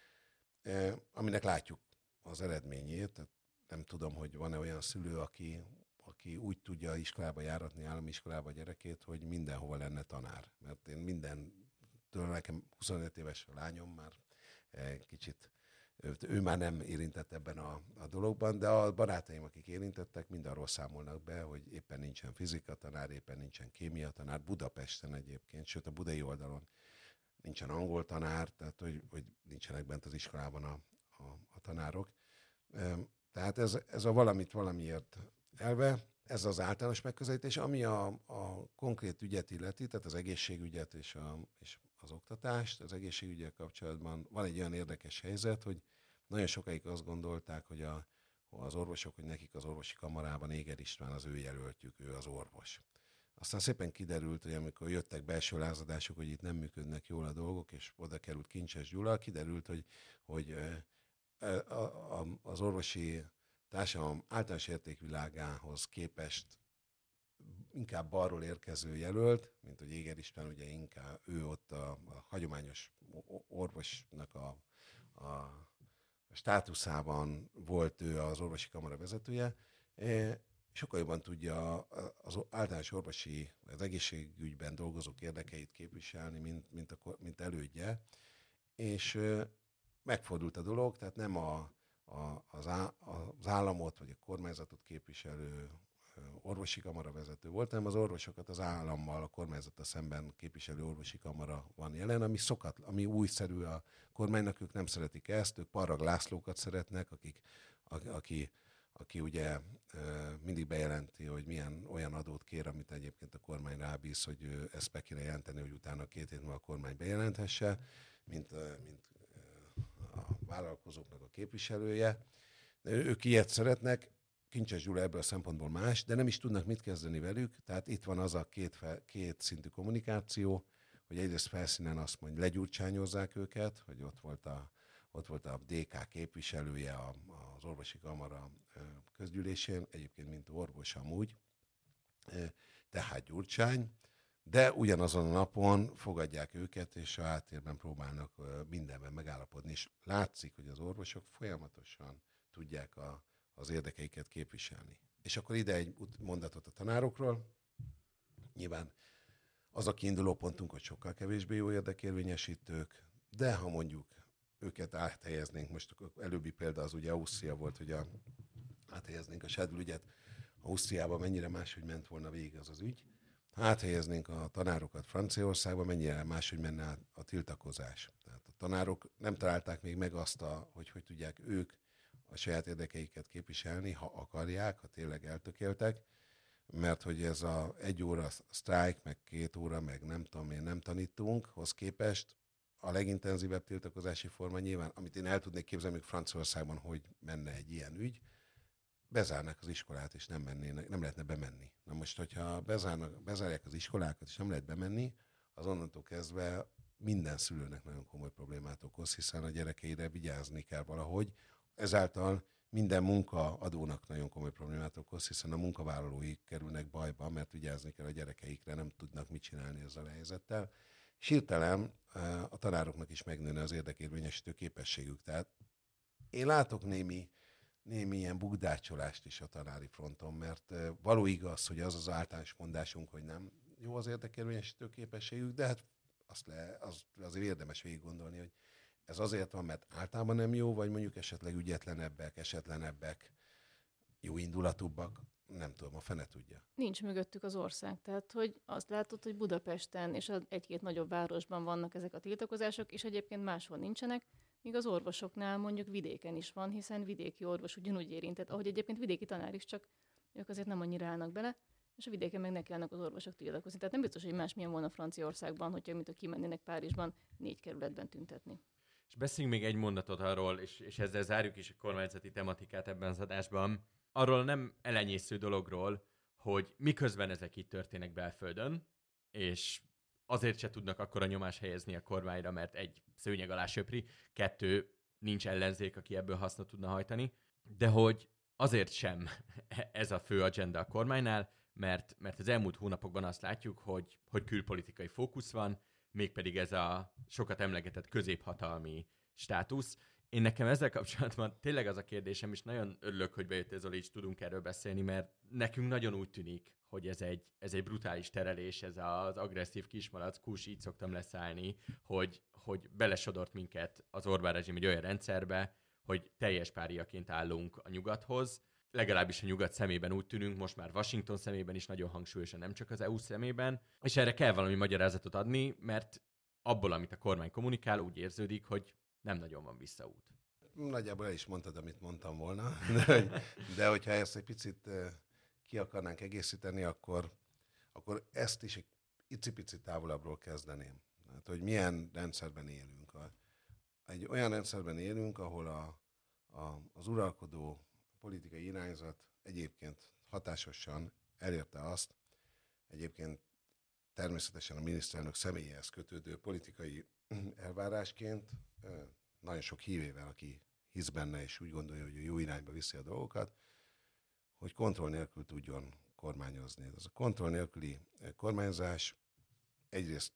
aminek látjuk az eredményét. Tehát nem tudom, hogy van-e olyan szülő, aki, aki úgy tudja iskolába járatni, állami iskolába a gyerekét, hogy mindenhova lenne tanár. Mert én mindentől, nekem huszonöt éves a lányom már kicsit, ő már nem érintett ebben a, a dologban, de a barátaim, akik érintettek, mind arról számolnak be, hogy éppen nincsen fizika tanár, éppen nincsen kémia tanár, Budapesten egyébként, sőt a budai oldalon nincsen angol tanár, tehát hogy, hogy nincsenek bent az iskolában a, a, a tanárok. Tehát ez, ez a valamit valamiért elve, ez az általános megközelítés, ami a, a konkrét ügyet illeti, tehát az egészségügyet és, a, és az oktatást. Az egészségügyel kapcsolatban van egy olyan érdekes helyzet, hogy nagyon sokáig azt gondolták, hogy a, az orvosok, hogy nekik az orvosi kamarában Éger István az ő jelöltjük, ő az orvos. Aztán szépen kiderült, hogy amikor jöttek belső lázadások, hogy itt nem működnek jól a dolgok, és oda került Kincses Gyula, kiderült, hogy, hogy az orvosi társadalom általános értékvilágához képest inkább balról érkező jelölt, mint hogy Éger István, ugye inkább ő ott a, a hagyományos orvosnak a, a státuszában volt ő az orvosi kamara vezetője, sokkal jobban tudja az általános orvosi, az egészségügyben dolgozók érdekeit képviselni, mint, mint, a, mint elődje, és megfordult a dolog, tehát nem a, a, az, á, az államot vagy a kormányzatot képviselő orvosi kamara vezető volt, hanem az orvosokat az állammal, a kormányzattal szemben képviselő orvosi kamara van jelen, ami szokat, ami újszerű a kormánynak, ők nem szeretik ezt, ők Parrag Lászlókat szeretnek, akik, a, aki, aki ugye mindig bejelenti, hogy milyen olyan adót kér, amit egyébként a kormány rábíz, hogy ezt be kéne jelenteni, hogy utána két hét múlva a kormány bejelenthesse, mint, mint a vállalkozóknak a képviselője. Ők ilyet szeretnek, Kincses Gyula ebből a szempontból más, de nem is tudnak mit kezdeni velük, tehát itt van az a két, fel, két szintű kommunikáció, hogy egyrészt felszínen azt mondja, legyurcsányozzák őket, hogy ott volt a, ott volt a dé ká képviselője a, az orvosi kamara közgyűlésén, egyébként mint orvos amúgy, tehát Gyurcsány, de ugyanazon a napon fogadják őket, és a háttérben próbálnak mindenben megállapodni, és látszik, hogy az orvosok folyamatosan tudják a az érdekeiket képviselni. És akkor ide egy mondatot a tanárokról. Nyilván az a kiinduló pontunk, hogy sokkal kevésbé jó érdekérvényesítők, de ha mondjuk őket áthelyeznénk, most előbbi példa az ugye Ausztria volt, hogy a, áthelyeznénk a Schedl ügyet, Ausztriában mennyire máshogy ment volna végig az az ügy, ha áthelyeznénk a tanárokat Franciaországba, mennyire máshogy menne a, a tiltakozás. Tehát a tanárok nem találták még meg azt, a, hogy hogy tudják ők a saját érdekeiket képviselni, ha akarják, ha tényleg eltökéltek, mert hogy ez a egy óra sztrájk, meg két óra, meg nem tudom én nem tanítunk, hoz képest a legintenzívebb tiltakozási forma nyilván, amit én el tudnék képzelni, még Franciaországban, hogy menne egy ilyen ügy, bezárnak az iskolát, és nem mennének, nem lehetne bemenni. Na most, hogyha bezárnak, bezárják az iskolákat, és nem lehet bemenni, az onnantól kezdve minden szülőnek nagyon komoly problémát okoz, hiszen a gyerekeire vigyázni kell valahogy. Ezáltal minden munkaadónak nagyon komoly problémát okoz, hiszen a munkavállalói kerülnek bajba, mert vigyázni kell a gyerekeikre, nem tudnak mit csinálni ezzel a helyzettel. És hirtelen a tanároknak is megnőne az érdekérvényesítő képességük. Tehát én látok némi, némi ilyen bugdácsolást is a tanári fronton, mert való igaz, hogy az az általános mondásunk, hogy nem jó az érdekérvényesítő képességük, de hát azt le, az, azért érdemes végig gondolni, hogy ez azért van, mert általában nem jó, vagy mondjuk esetleg ügyetlenebbek, esetlenebbek, jó indulatúbbak, nem tudom, a fene tudja. Nincs mögöttük az ország, tehát hogy azt látod, hogy Budapesten és egy-két nagyobb városban vannak ezek a tiltakozások, és egyébként máshol nincsenek, míg az orvosoknál mondjuk vidéken is van, hiszen vidéki orvos ugyanúgy érintett, ahogy egyébként vidéki tanár is, csak ők azért nem annyira állnak bele, és a vidéken meg neki állnak az orvosok tiltakozni. Tehát nem biztos, hogy másmilyen volna Franciaországban, hogyha mint hogy kimennének Párizsban négy kerületben tüntetni. És beszéljünk még egy mondatot arról, és, és ezzel zárjuk is a kormányzati tematikát ebben az adásban, arról nem elenyésző dologról, hogy miközben ezek itt történnek belföldön, és azért se tudnak akkora nyomás helyezni a kormányra, mert egy szőnyeg alá söpri, kettő, nincs ellenzék, aki ebből hasznot tudna hajtani, de hogy azért sem ez a fő agenda a kormánynál, mert, mert az elmúlt hónapokban azt látjuk, hogy, hogy külpolitikai fókusz van, mégpedig ez a sokat emlegetett középhatalmi státusz. Én nekem ezzel kapcsolatban tényleg az a kérdésem, és nagyon örülök, hogy bejöttél, Zoli, és tudunk erről beszélni, mert nekünk nagyon úgy tűnik, hogy ez egy, ez egy brutális terelés, ez az agresszív kismalackús, így szoktam leszállni, hogy, hogy belesodort minket az Orbán rezsim egy olyan rendszerbe, hogy teljes páriaként állunk a nyugathoz, legalábbis a nyugat szemében úgy tűnünk, most már Washington szemében is nagyon hangsúlyosan, nem csak az é u szemében, és erre kell valami magyarázatot adni, mert abból, amit a kormány kommunikál, úgy érződik, hogy nem nagyon van visszaút. Nagyjából el is mondtad, amit mondtam volna, de, de hogyha ezt egy picit ki akarnánk egészíteni, akkor, akkor ezt is egy icipicit távolabbról kezdeném. Hát, hogy milyen rendszerben élünk. Egy olyan rendszerben élünk, ahol a, a, az uralkodó politikai irányzat egyébként hatásosan elérte azt, egyébként természetesen a miniszterelnök személyéhez kötődő politikai elvárásként nagyon sok hívével, aki hisz benne és úgy gondolja, hogy jó irányba viszi a dolgokat, hogy kontroll nélkül tudjon kormányozni. Ez a kontroll nélküli kormányzás egyrészt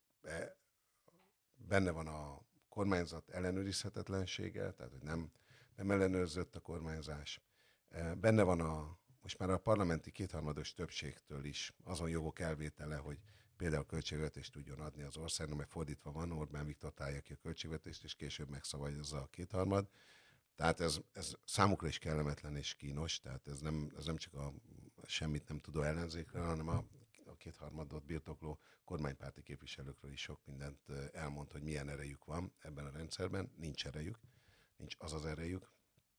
benne van a kormányzat ellenőrizhetetlensége, tehát hogy nem, nem ellenőrzött a kormányzás. Benne van a, most már a parlamenti kétharmados többségtől is azon jogok elvétele, hogy például költségvetést tudjon adni az országnak, mert fordítva van, Orbán Viktor találja ki a költségvetést, és később megszavazza a kétharmad. Tehát ez, ez számukra is kellemetlen és kínos, tehát ez nem, ez nem csak a semmit nem tudó ellenzékről, hanem a, a kétharmadot birtokló kormánypárti képviselőkről is sok mindent elmond, hogy milyen erejük van ebben a rendszerben. Nincs erejük, nincs az az erejük,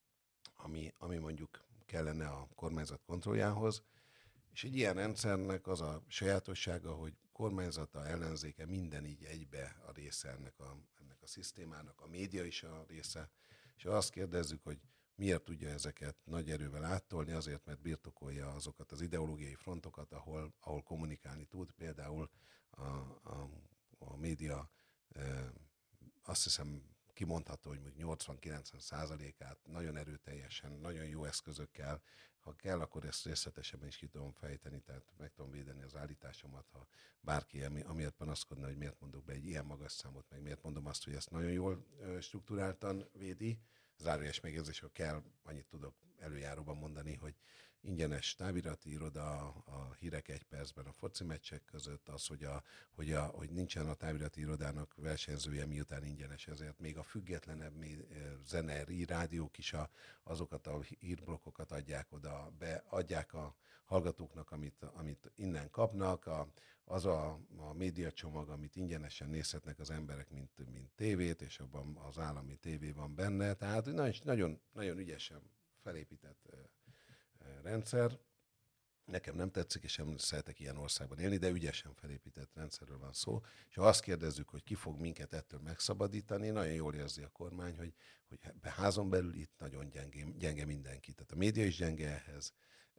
ami, ami mondjuk kellene a kormányzat kontrolljához. És egy ilyen rendszernek az a sajátossága, hogy kormányzata, ellenzéke minden így egybe a része ennek a, ennek a szisztémának, a média is a része. És azt kérdezzük, hogy miért tudja ezeket nagy erővel áttolni, azért, mert birtokolja azokat az ideológiai frontokat, ahol, ahol kommunikálni tud. Például a, a, a média e, azt hiszem kimondható, hogy mondjuk nyolcvan-kilencven százalékát nagyon erőteljesen, nagyon jó eszközökkel, ha kell, akkor ezt részletesebben is ki tudom fejteni, tehát meg tudom védeni az állításomat, ha bárki amiért panaszkodna, hogy miért mondok be egy ilyen magas számot, meg miért mondom azt, hogy ezt nagyon jól strukturáltan védi. Zárójeles megjegyzés, hogy kell, annyit tudok előjáróban mondani, hogy ingyenes távirati iroda, a hírek egy percben a foci meccsek között, az, hogy, a, hogy, a, hogy nincsen a távirati irodának versenyzője, miután ingyenes, ezért még a függetlenebb zene, rádiók is a, azokat a hírblokkokat adják oda, beadják a hallgatóknak, amit, amit innen kapnak, a, az a, a médiacsomag, amit ingyenesen nézhetnek az emberek, mint, mint tévét, és abban az állami tévé van benne, tehát nagyon, nagyon ügyesen felépített rendszer. Nekem nem tetszik, és sem szeretek ilyen országban élni, de ügyesen felépített rendszerről van szó. És ha azt kérdezzük, hogy ki fog minket ettől megszabadítani, nagyon jól érzi a kormány, hogy, hogy házon belül itt nagyon gyenge, gyenge mindenki. Tehát a média is gyenge ehhez,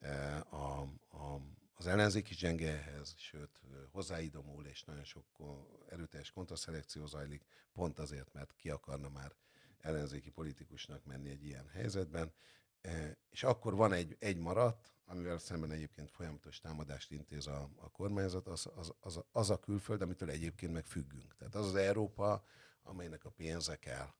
a, a, az ellenzék is gyenge ehhez, sőt hozzáidomul, és nagyon sok erőteljes kontraszelekció zajlik, pont azért, mert ki akarna már ellenzéki politikusnak menni egy ilyen helyzetben. És akkor van egy, egy maradt, amivel szemben egyébként folyamatos támadást intéz a, a kormányzat, az, az, az, az a külföld, amitől egyébként meg függünk. Tehát az az Európa, amelynek a pénze kell,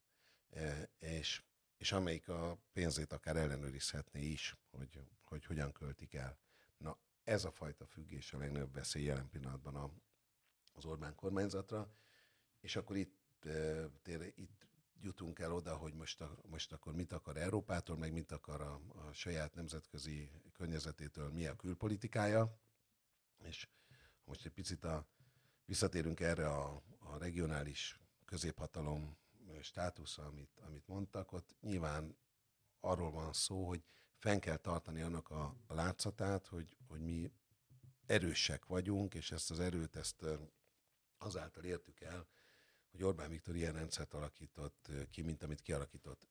és, és amelyik a pénzét akár ellenőrizhetné is, hogy, hogy hogyan költik el. Na, ez a fajta függés a legnagyobb veszély jelen pillanatban a, az Orbán kormányzatra, és akkor itt, tényleg, itt jutunk el oda, hogy most, a, most akkor mit akar Európától, meg mit akar a, a saját nemzetközi környezetétől, mi a külpolitikája. És most egy picit a, visszatérünk erre a, a regionális középhatalom státusza, amit, amit mondtak, ott nyilván arról van szó, hogy fenn kell tartani annak a, a látszatát, hogy, hogy mi erősek vagyunk, és ezt az erőt ezt azáltal értük el, hogy Orbán Viktor ilyen rendszert alakított ki, mint amit kialakított.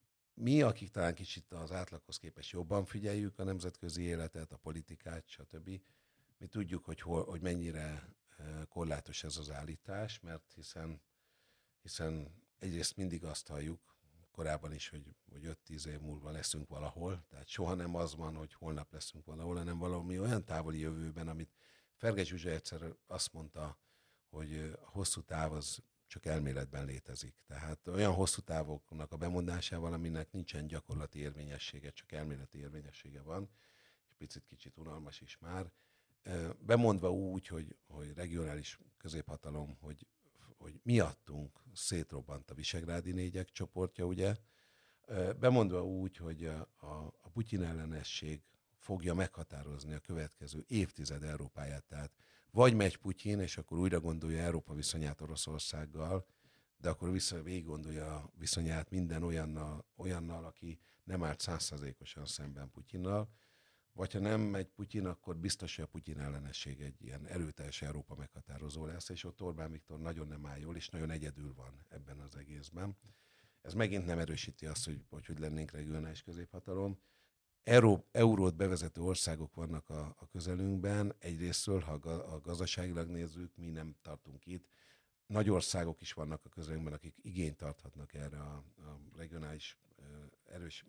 Mi, akik talán kicsit az átlaghoz képest jobban figyeljük a nemzetközi életet, a politikát, stb., mi tudjuk, hogy, hol, hogy mennyire korlátos ez az állítás, mert hiszen, hiszen egyrészt mindig azt halljuk, korábban is, hogy, hogy öt-tíz év múlva leszünk valahol, tehát soha nem az van, hogy holnap leszünk valahol, hanem valami olyan távoli jövőben, amit Ferge Zsuzsa egyszer azt mondta, hogy a hosszú táv az csak elméletben létezik. Tehát olyan hosszú távoknak a bemondásával, aminek nincsen gyakorlati érvényessége, csak elméleti érvényessége van, és picit kicsit unalmas is már. Bemondva úgy, hogy, hogy regionális középhatalom, hogy, hogy miattunk szétrobbant a visegrádi négyek csoportja, ugye? Bemondva úgy, hogy a, a, a Putyin ellenesség fogja meghatározni a következő évtized Európáját, tehát vagy megy Putyin, és akkor újra gondolja Európa viszonyát Oroszországgal, de akkor vissza végig gondolja a viszonyát minden olyannal, olyannal aki nem állt száz százalékosan szemben Putyinnal, vagy ha nem megy Putyin, akkor biztos, hogy a Putyin ellenesség egy ilyen erőteljes Európa meghatározó lesz, és ott Orbán Viktor nagyon nem áll jól, és nagyon egyedül van ebben az egészben. Ez megint nem erősíti azt, hogy hogy, hogy lennénk regionális középhatalom. Euró, eurót bevezető országok vannak a, a közelünkben. Egyrésztről, ha a gazdaságilag nézzük, mi nem tartunk itt. Nagy országok is vannak a közelünkben, akik igényt tarthatnak erre a, a regionális erős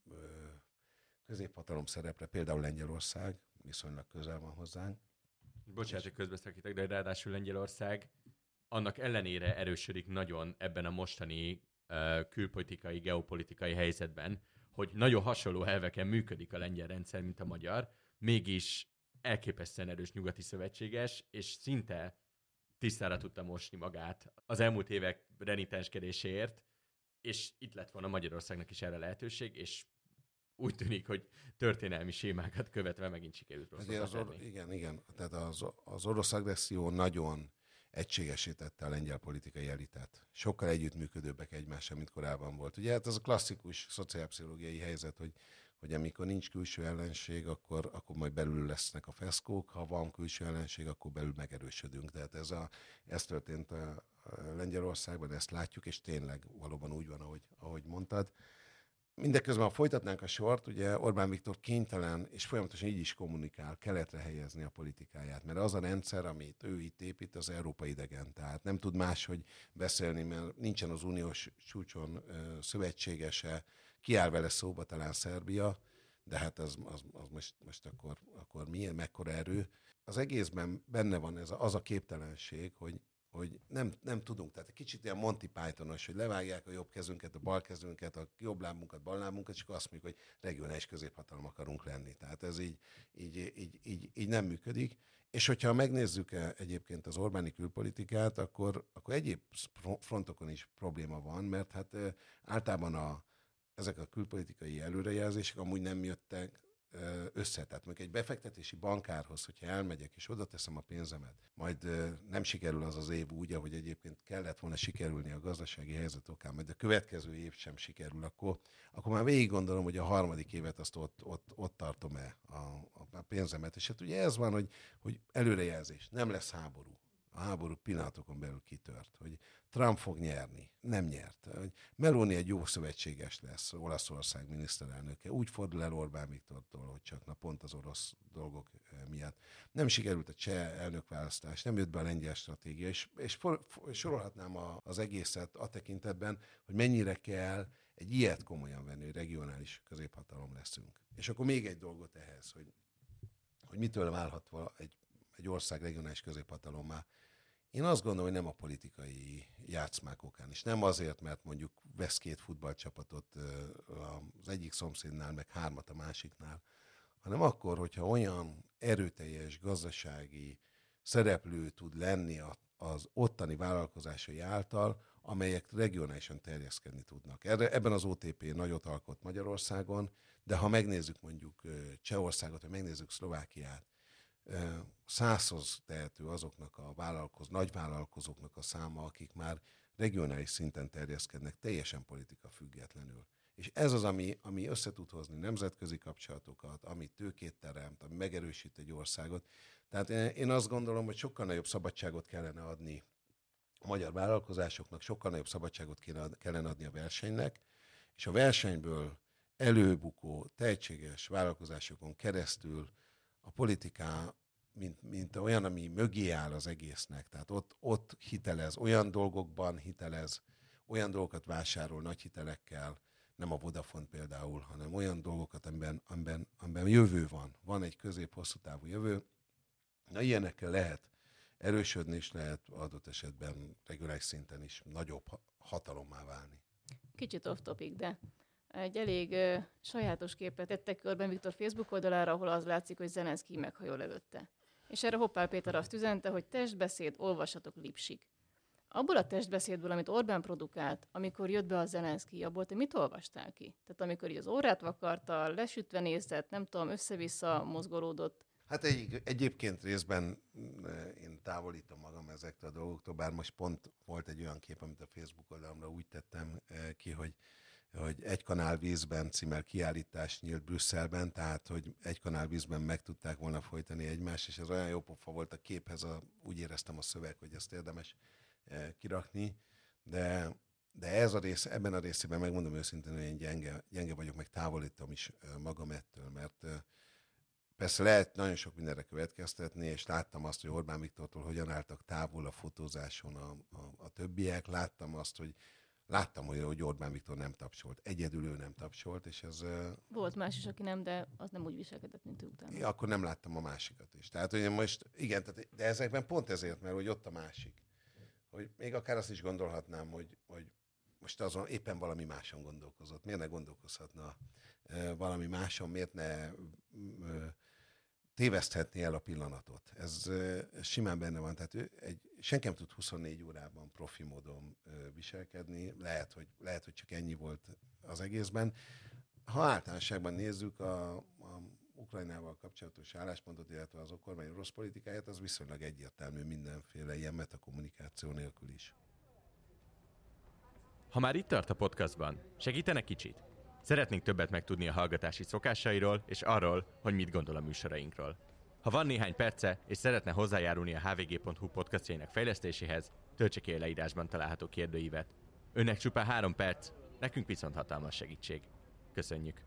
középhatalom szerepre, például Lengyelország, viszonylag közel van hozzánk. Bocsánat, hogy közbeszakítok, de ráadásul Lengyelország annak ellenére erősödik nagyon ebben a mostani uh, külpolitikai, geopolitikai helyzetben, hogy nagyon hasonló elveken működik a lengyel rendszer, mint a magyar, mégis elképesztően erős nyugati szövetséges, és szinte tisztára tudta mosni magát az elmúlt évek renitenskedéséért, és itt lett volna Magyarországnak is erre lehetőség, és úgy tűnik, hogy történelmi sémákat követve megint sikerült rosszul or- Igen, igen. Tehát az, az orosz agresszió nagyon egységesítette a lengyel politikai elitet. Sokkal együttműködőbbek egymással, mint korábban volt. Ugye hát ez a klasszikus szociálpszichológiai helyzet, hogy, hogy amikor nincs külső ellenség, akkor, akkor majd belül lesznek a feszkók, ha van külső ellenség, akkor belül megerősödünk. Tehát ez, a, ez történt a, a Lengyelországban, ezt látjuk, és tényleg valóban úgy van, ahogy, ahogy mondtad. Mindeközben, ha folytatnánk a sort, ugye Orbán Viktor kénytelen, és folyamatosan így is kommunikál, keletre helyezni a politikáját, mert az a rendszer, amit ő itt épít, az Európa idegen. Tehát nem tud máshogy beszélni, mert nincsen az uniós csúcson ö, szövetségese, kiáll vele szóba talán Szerbia, de hát az, az, az most, most akkor, akkor milyen, mekkora erő. Az egészben benne van ez a, az a képtelenség, hogy hogy nem, nem tudunk, tehát egy kicsit ilyen Monty Pythonos, hogy levágják a jobb kezünket, a bal kezünket, a jobb lábunkat, bal lábunkat, és akkor azt mondjuk, hogy regionális középhatalom akarunk lenni. Tehát ez így, így, így, így, így nem működik. És hogyha megnézzük egyébként az Orbáni külpolitikát, akkor, akkor egyéb frontokon is probléma van, mert hát általában a, ezek a külpolitikai előrejelzések amúgy nem jöttek össze. Tehát mondjuk egy befektetési bankárhoz, hogyha elmegyek és oda teszem a pénzemet, majd nem sikerül az az év úgy, ahogy egyébként kellett volna sikerülni a gazdasági helyzet okán, majd a következő év sem sikerül, akkor, akkor már végig gondolom, hogy a harmadik évet azt ott, ott, ott tartom-e a, a pénzemet. És hát ugye ez van, hogy, hogy előrejelzés, nem lesz háború. A háború pillanatokon belül kitört, hogy Trump fog nyerni, nem nyert. Hogy Meloni egy jó szövetséges lesz, Olaszország miniszterelnöke. Úgy fordul el Orbán Viktortól, hogy csak na pont az orosz dolgok miatt. Nem sikerült a cseh elnökválasztás, nem jött be a lengyel stratégia, és, és for, for, sorolhatnám a, az egészet a tekintetben, hogy mennyire kell egy ilyet komolyan venni, hogy regionális középhatalom leszünk. És akkor még egy dolgot ehhez, hogy, hogy mitől válhat egy, egy ország regionális középhatalommá. Én azt gondolom, hogy nem a politikai játszmák okán is. Nem azért, mert mondjuk vesz két futballcsapatot az egyik szomszédnál, meg hármat a másiknál, hanem akkor, hogyha olyan erőteljes gazdasági szereplő tud lenni az ottani vállalkozásai által, amelyek regionálisan terjeszkedni tudnak. Erre, ebben az o té pé nagyot alkot Magyarországon, de ha megnézzük mondjuk Csehországot, vagy megnézzük Szlovákiát, százhoz tehető azoknak a vállalkoz, nagy vállalkozóknak a száma, akik már regionális szinten terjeszkednek, teljesen politika függetlenül. És ez az, ami, ami össze tud hozni nemzetközi kapcsolatokat, ami tőkét teremt, ami megerősít egy országot. Tehát én azt gondolom, hogy sokkal nagyobb szabadságot kellene adni a magyar vállalkozásoknak, sokkal nagyobb szabadságot kellene adni a versenynek, és a versenyből előbukó, tehetséges vállalkozásokon keresztül a politiká, mint, mint olyan, ami mögé áll az egésznek, tehát ott, ott hitelez, olyan dolgokban hitelez, olyan dolgokat vásárol nagy hitelekkel, nem a Vodafone például, hanem olyan dolgokat, amiben, amiben, amiben jövő van. Van egy közép-hosszú távú jövő. Na, ilyenekkel lehet erősödni, és lehet adott esetben regionális szinten is nagyobb hatalommá válni. Kicsit off topic, de egy elég uh, sajátos képet tettek Orbán Viktor Facebook oldalára, ahol az látszik, hogy Zelenszkij meghajol előtte. És erre Hoppál Péter azt üzente, hogy testbeszéd, olvassatok Lipsik. Abból a testbeszédből, amit Orbán produkált, amikor jött be a Zelenszkij, abból te mit olvastál ki? Tehát amikor így az órát vakarta, lesütve nézett, nem tudom, össze-vissza mozgolódott. Hát egy, egyébként részben én távolítom magam ezektől a dolgoktól, bár most pont volt egy olyan kép, amit a Facebook oldalamra úgy tettem ki, hogy hogy egy kanál vízben címmel kiállítás nyílt Brüsszelben, tehát hogy egy kanál vízben meg tudták volna folytani egymást, és ez olyan jó pofa volt a képhez, a, úgy éreztem a szöveg, hogy ezt érdemes e, kirakni, de de ez a rész, ebben a részében megmondom őszintén, hogy én gyenge, gyenge vagyok, meg távolítom is magam ettől, mert persze lehet nagyon sok mindenre következtetni, és láttam azt, hogy Orbán Viktortól hogyan álltak távol a fotózáson a, a, a többiek, láttam azt, hogy láttam, hogy, hogy Orbán Viktor nem tapsolt. Egyedül ő nem tapsolt, és ez... Volt más is, aki nem, de az nem úgy viselkedett, mint ő utána. Ja, akkor nem láttam a másikat is. Tehát, hogy most, igen, tehát, de ezekben pont ezért, mert hogy ott a másik. Hogy még akár azt is gondolhatnám, hogy, hogy most azon éppen valami máson gondolkozott. Miért ne gondolkozhatna e, valami máson, miért ne e, téveszthetné el a pillanatot. Ez e, simán benne van. Tehát ő egy, senki nem tud huszonnégy órában profi módon e, viselkedni. Lehet hogy, lehet, hogy csak ennyi volt az egészben. Ha általánosságban nézzük a, a Ukrajnával kapcsolatos álláspontot, illetve az kormány orosz politikáját, az viszonylag egyértelmű mindenféle ilyen metakommunikáció nélkül is. Ha már itt tart a podcastban, segítene kicsit? Szeretnénk többet megtudni a hallgatási szokásairól, és arról, hogy mit gondol a műsorainkról. Ha van néhány perce, és szeretne hozzájárulni a há vé gé pont hú podcastjainak fejlesztéséhez, töltse ki a leírásban található kérdőívet. Önnek csupán három perc, nekünk viszont hatalmas segítség. Köszönjük!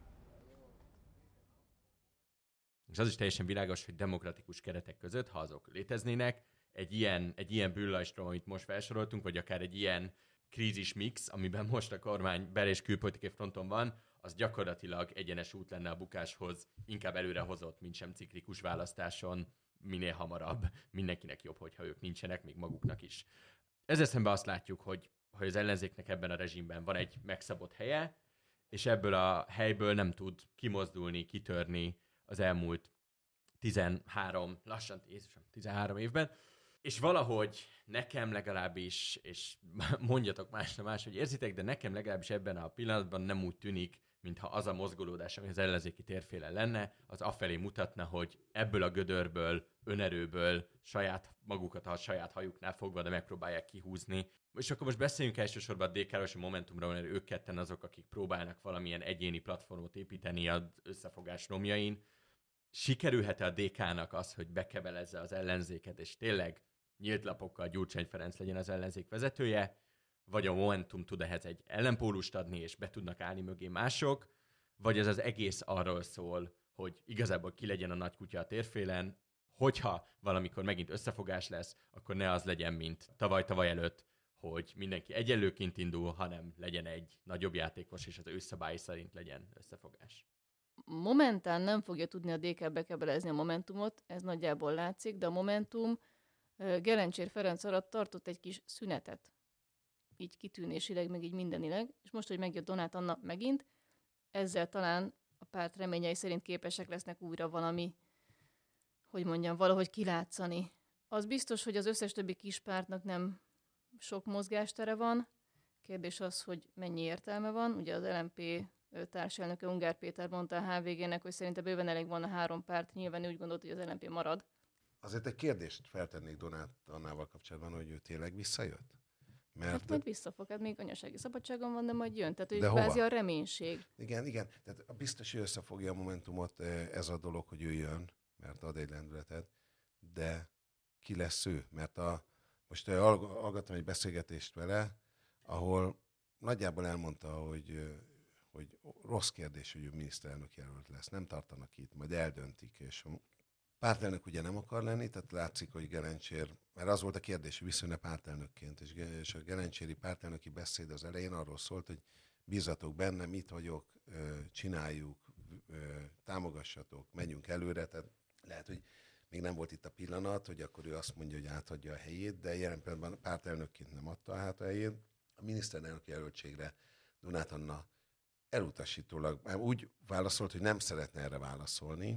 És az is teljesen világos, hogy demokratikus keretek között, ha azok léteznének, egy ilyen, egy ilyen bűnlajstrom, amit most felsoroltunk, vagy akár egy ilyen krízis mix, amiben most a kormány bel- és külpolitikai fronton van, az gyakorlatilag egyenes út lenne a bukáshoz, inkább előrehozott, mint sem ciklikus választáson, minél hamarabb. Mindenkinek jobb, hogyha ők nincsenek, még maguknak is. Ezzel szemben azt látjuk, hogy, hogy az ellenzéknek ebben a rezsimben van egy megszabott helye, és ebből a helyből nem tud kimozdulni, kitörni az elmúlt tizenhárom, lassan Jézusom, tizenhárom évben, és valahogy nekem legalábbis, és mondjatok másra más, hogy érzitek, de nekem legalábbis ebben a pillanatban nem úgy tűnik, mintha az a mozgolódás, ami az ellenzéki térfélen lenne, az afelé mutatna, hogy ebből a gödörből, önerőből, saját magukat a saját hajuknál fogva, de megpróbálják kihúzni. És akkor most beszéljünk elsősorban a dé ká-ról és a Momentumról, mert ők ketten azok, akik próbálnak valamilyen egyéni platformot építeni az összefogás romjain. Sikerülhet-e a dé ká-nak az, hogy bekebelezze az ellenzéket, és tényleg nyílt lapokkal Gyurcsány Ferenc legyen az ellenzék vezetője, vagy a Momentum tud ehhez egy ellenpólust adni, és be tudnak állni mögé mások, vagy ez az egész arról szól, hogy igazából ki legyen a nagy kutya a térfélen, hogyha valamikor megint összefogás lesz, akkor ne az legyen, mint tavaly-tavaly előtt, hogy mindenki egyenlőként indul, hanem legyen egy nagyobb játékos, és az ő szabályi szerint legyen összefogás. Momentán nem fogja tudni a dé ká bekebelezni a Momentumot, ez nagyjából látszik, de a Momentum Gelencsér Ferenc alatt tartott egy kis szünetet. Így kitűnésileg, meg így mindenileg, és most, hogy megjött Donát Anna megint, ezzel talán a párt reményei szerint képesek lesznek újra valami, hogy mondjam, valahogy kilátszani. Az biztos, hogy az összes többi kis pártnak nem sok mozgástere van. Kérdés az, hogy mennyi értelme van. Ugye az el em pé társelnöke Ungár Péter mondta a há vé gének, hogy szerintem bőven elég van a három párt, nyilván úgy gondolt, hogy az el em pé marad. Azért egy kérdést feltennék Donát Annával kapcsolatban, hogy ő tényleg visszajött? Mert... Hát majd visszafog, hát még anyasági szabadságon van, de majd jön. Tehát, hogy de kvázi a reménység. Igen, igen. Tehát biztos, hogy összefogja a Momentumot ez a dolog, hogy ő jön, mert ad egy lendületet, de ki lesz ő? Mert a, most hallgattam egy beszélgetést vele, ahol nagyjából elmondta, hogy, hogy rossz kérdés, hogy ő miniszterelnök jelölt lesz. Nem tartanak itt, majd eldöntik, és pártelnök ugye nem akar lenni, tehát látszik, hogy Gelencsér, mert az volt a kérdés, hogy viszonylag pártelnökként, és a Gelencséri pártelnöki beszéd az elején arról szólt, hogy bízzatok bennem, itt vagyok, csináljuk, támogassatok, menjünk előre, tehát lehet, hogy még nem volt itt a pillanat, hogy akkor ő azt mondja, hogy átadja a helyét, de jelen pillanatban pártelnökként nem adta át a helyét. A miniszterelnök jelöltségre Donát Anna elutasítólag úgy válaszolt, hogy nem szeretne erre válaszolni,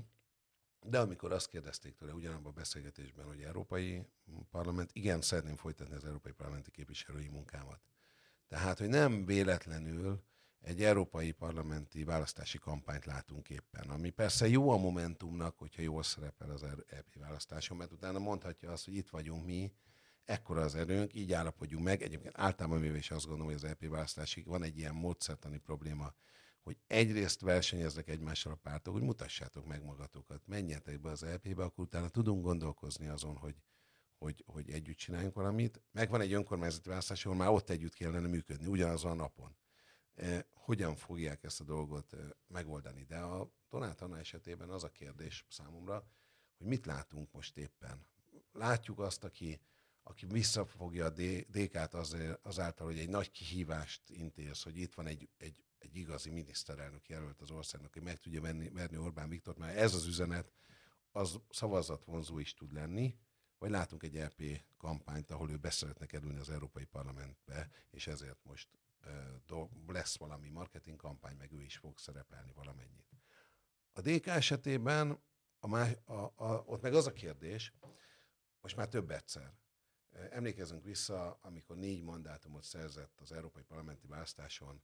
de amikor azt kérdezték tőle ugyanabban a beszélgetésben, hogy Európai Parlament, igen, szeretném folytatni az Európai Parlamenti képviselői munkámat. Tehát, hogy nem véletlenül egy európai parlamenti választási kampányt látunk éppen, ami persze jó a Momentumnak, hogyha jól szerepel az é pé választáson, mert utána mondhatja azt, hogy itt vagyunk mi, ekkora az erőnk, így állapodjunk meg. Egyébként általában véve is azt gondolom, hogy az é pé választásig van egy ilyen módszertani probléma, hogy egyrészt versenyeznek egymással a pártok, hogy mutassátok meg magatokat, menjetek be az é pébe, akkor utána tudunk gondolkozni azon, hogy hogy, hogy együtt csináljunk valamit. Megvan egy önkormányzati választás, ahol már ott együtt kellene működni, ugyanazon a napon. Eh, hogyan fogják ezt a dolgot eh, megoldani? De a Donát Anna esetében az a kérdés számomra, hogy mit látunk most éppen. Látjuk azt, aki, aki visszafogja a dé ká-t azért, azáltal, hogy egy nagy kihívást intéz, hogy itt van egy, egy, egy igazi miniszterelnök jelölt az országnak, hogy meg tudja venni, verni Orbán Viktort, mert ez az üzenet, az szavazatvonzó is tud lenni, vagy látunk egy é pé kampányt, ahol ő beszeretne kerülni az Európai Parlamentbe, és ezért most uh, lesz valami marketing kampány, meg ő is fog szerepelni valamennyit. A dé ká esetében a más, a, a, ott meg az a kérdés, most már több egyszer. Emlékezzünk vissza, amikor négy mandátumot szerzett az Európai Parlamenti választáson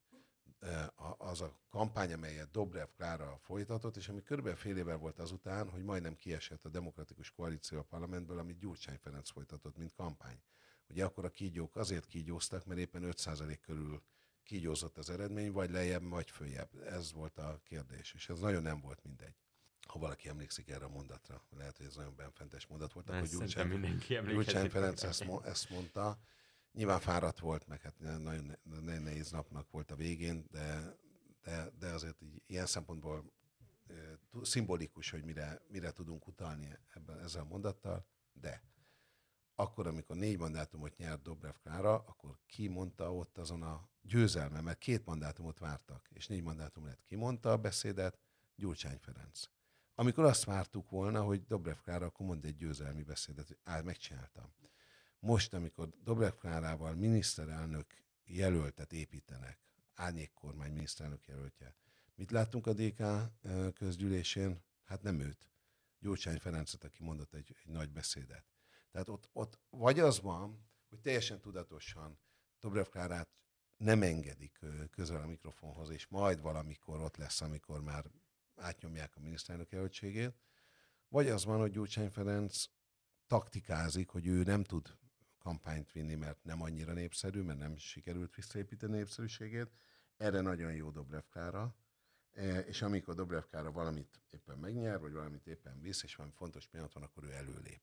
az a kampány, amelyet Dobrev Klára folytatott, és ami körülbelül fél évvel volt azután, hogy majdnem kiesett a Demokratikus Koalíció a parlamentből, amit Gyurcsány Ferenc folytatott, mint kampány. Ugye akkor a kígyók azért kígyóztak, mert éppen öt százalék körül kígyózott az eredmény, vagy lejjebb, vagy följebb. Ez volt a kérdés, és ez nagyon nem volt mindegy. Ha valaki emlékszik erre a mondatra, lehet, hogy ez nagyon benfentes mondat volt, akkor Gyurcsány, Gyurcsány Ferenc ezt, ezt mondta. Nyilván fáradt volt, meg hát nagyon nehéz napnak volt a végén, de, de, de azért így, ilyen szempontból e, szimbolikus, hogy mire, mire tudunk utalni ebben, ezzel a mondattal, de akkor, amikor négy mandátumot nyert Dobrev Klára, akkor ki mondta ott azon a győzelme, mert két mandátumot vártak, és négy mandátum lett. Ki mondta a beszédet? Gyurcsány Ferenc. Amikor azt vártuk volna, hogy Dobrev Klára akkor mond egy győzelmi beszédet, á, megcsináltam. Most, amikor Dobrev Klárával miniszterelnök jelöltet építenek, árnyékkormány miniszterelnök jelöltje, mit láttunk a dé ká közgyűlésén? Hát nem őt. Gyurcsány Ferencet, aki mondott egy, egy nagy beszédet. Tehát ott, ott vagy az van, hogy teljesen tudatosan Dobrev Klárát nem engedik közel a mikrofonhoz, és majd valamikor ott lesz, amikor már átnyomják a miniszterelnök jelöltségét, vagy az van, hogy Gyurcsány Ferenc taktikázik, hogy ő nem tud kampányt vinni, mert nem annyira népszerű, mert nem sikerült visszaépíteni népszerűségét. Erre nagyon jó Dobrev Klára, és amikor Dobrev Klára valamit éppen megnyer, vagy valamit éppen visz, és valami fontos pillanat van, akkor ő előlép.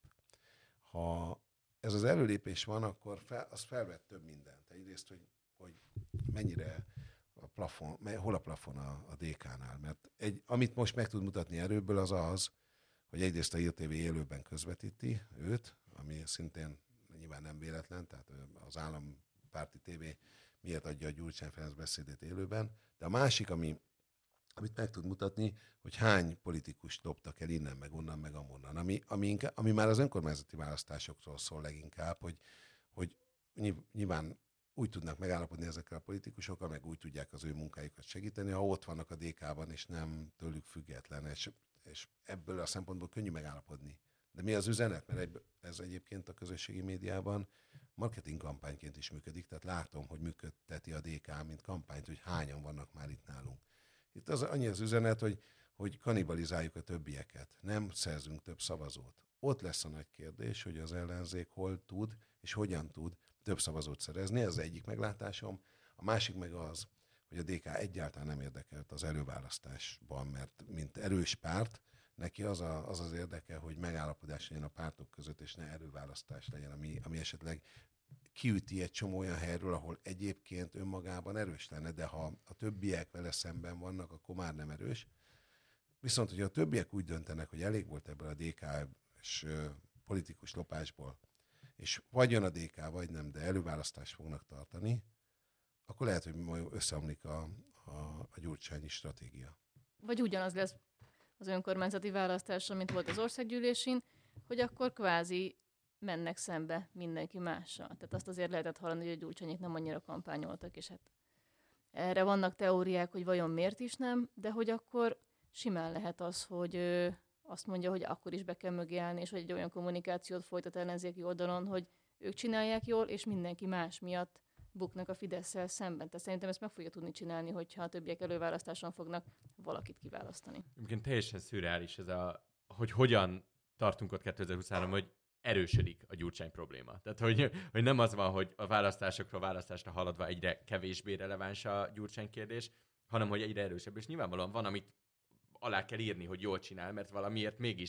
Ha ez az előlépés van, akkor fel, az felvett több mindent. Egyrészt, hogy, hogy mennyire a plafon, hol a plafon a, a dé ká-nál. Mert egy, amit most meg tud mutatni erőből, az az, hogy egyrészt a Hír té vé élőben közvetíti őt, ami szintén nyilván nem véletlen, tehát az állampárti tévé miért adja a Gyurcsány Ferenc beszédét élőben, de a másik, ami, amit meg tud mutatni, hogy hány politikust dobtak el innen, meg onnan, meg amonnan, ami, ami, inkább, ami már az önkormányzati választásokról szól leginkább, hogy, hogy nyilván úgy tudnak megállapodni ezekkel a politikusokkal, meg úgy tudják az ő munkájukat segíteni, ha ott vannak a dé ká-ban, és nem tőlük független, és, és ebből a szempontból könnyű megállapodni. De mi az üzenet? Mert ez egyébként a közösségi médiában marketing kampányként is működik, tehát látom, hogy működteti a dé ká, mint kampányt, hogy hányan vannak már itt nálunk. Itt az annyi az üzenet, hogy, hogy kannibalizáljuk a többieket, nem szerzünk több szavazót. Ott lesz a nagy kérdés, hogy az ellenzék hol tud, és hogyan tud több szavazót szerezni, ez az egyik meglátásom. A másik meg az, hogy a dé ká egyáltalán nem érdekelt az előválasztásban, mert mint erős párt, neki az, a, az az érdeke, hogy megállapodás legyen a pártok között, és ne előválasztás legyen, ami, ami esetleg kiüti egy csomó olyan helyről, ahol egyébként önmagában erős lenne, de ha a többiek vele szemben vannak, akkor már nem erős. Viszont, hogyha a többiek úgy döntenek, hogy elég volt ebből a dé ká-s politikus lopásból, és vagy jön a dé ká, vagy nem, de előválasztást fognak tartani, akkor lehet, hogy majd összeomlik a, a, a gyurcsányi stratégia. Vagy ugyanaz lesz az önkormányzati választáson, mint volt az országgyűlésén, hogy akkor kvázi mennek szembe mindenki mással. Tehát azt azért lehetett hallani, hogy a Gyurcsányék nem annyira kampányoltak, és hát erre vannak teóriák, hogy vajon miért is nem, de hogy akkor simán lehet az, hogy ő azt mondja, hogy akkor is be kell mögé állni, és hogy egy olyan kommunikációt folytat ellenzéki oldalon, hogy ők csinálják jól, és mindenki más miatt buknak a Fidesszel szemben. Tehát szerintem ezt meg fogja tudni csinálni, hogyha a többiek előválasztáson fognak valakit kiválasztani. Egyébként teljesen szürreális ez a, hogy hogyan tartunk ott kétezer-huszonhárom, hogy erősödik a Gyurcsány probléma. Tehát, hogy, hogy nem az van, hogy a választásokról választásra haladva egyre kevésbé releváns a Gyurcsány kérdés, hanem hogy egyre erősebb. És nyilvánvalóan van, amit alá kell írni, hogy jól csinál, mert valamiért mégis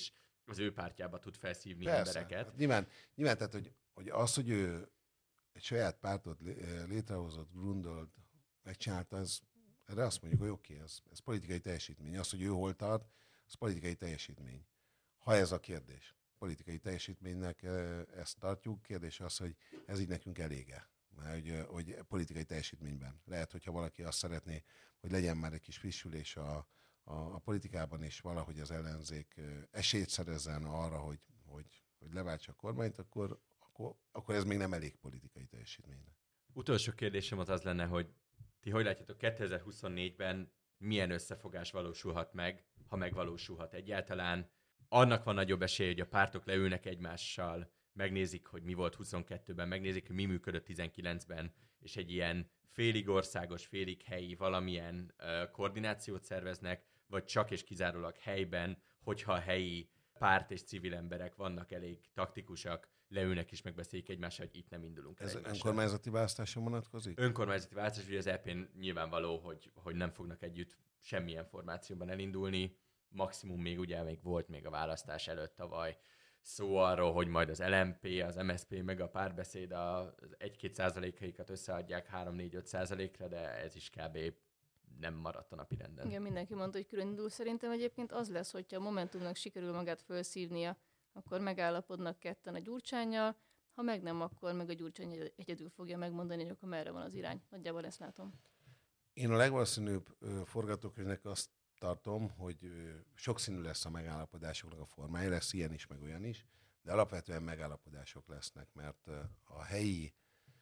az ő pártjába tud felszívni Persze. embereket. Hát nyilván, nyilván, tehát, hogy, hogy az, hogy ő egy saját pártot létrehozott, grundolt, megcsinálta, ez, erre azt mondjuk, hogy oké, okay, ez, ez politikai teljesítmény. Az, hogy ő hol tart, az politikai teljesítmény. Ha ez a kérdés. Politikai teljesítménynek ezt tartjuk. Kérdés az, hogy ez így nekünk elége. Mert hogy, hogy politikai teljesítményben. Lehet, hogyha valaki azt szeretné, hogy legyen már egy kis frissülés a, a, a politikában, és valahogy az ellenzék esélyt szerezzen arra, hogy, hogy, hogy leváltsa a kormányt, akkor, akkor, akkor ez még nem elég politikai teljesítményre. Utolsó kérdésem az az lenne, hogy ti hogy látjátok, kétezer-huszonnégyben milyen összefogás valósulhat meg, ha megvalósulhat egyáltalán? Annak van nagyobb esély, hogy a pártok leülnek egymással, megnézik, hogy mi volt huszonkettőben, megnézik, hogy mi működött tizenkilencben, és egy ilyen félig országos, félig helyi valamilyen uh, koordinációt szerveznek, vagy csak és kizárólag helyben, hogyha a helyi párt és civil emberek vannak elég taktikusak, leülnek és megbeszéljük egymással, hogy itt nem indulunk el Ez egymással. önkormányzati választáson vonatkozik? Önkormányzati választás, ugye az é pén nyilvánvaló, hogy, hogy nem fognak együtt semmilyen formációban elindulni. Maximum még ugye még volt még a választás előtt tavaly szó arról, hogy majd az el em pé, az em es zé pé meg a Párbeszéd az egy-két százalékaikat összeadják három-négy-öt százalékra, de ez is kb. Nem maradt a napirenden. Igen, mindenki mondta, hogy külön indul. Szerintem egyébként az lesz, hogyha a Momentumnak sikerül magát felszívnia, akkor megállapodnak ketten a Gyurcsánnyal, ha meg nem, akkor meg a Gyurcsány egyedül fogja megmondani, hogy akkor merre van az irány. Nagyjából ezt látom. Én a legvalószínűbb forgatókönyvnek azt tartom, hogy sokszínű lesz a megállapodásoknak a formája, lesz ilyen is, meg olyan is, de alapvetően megállapodások lesznek, mert a helyi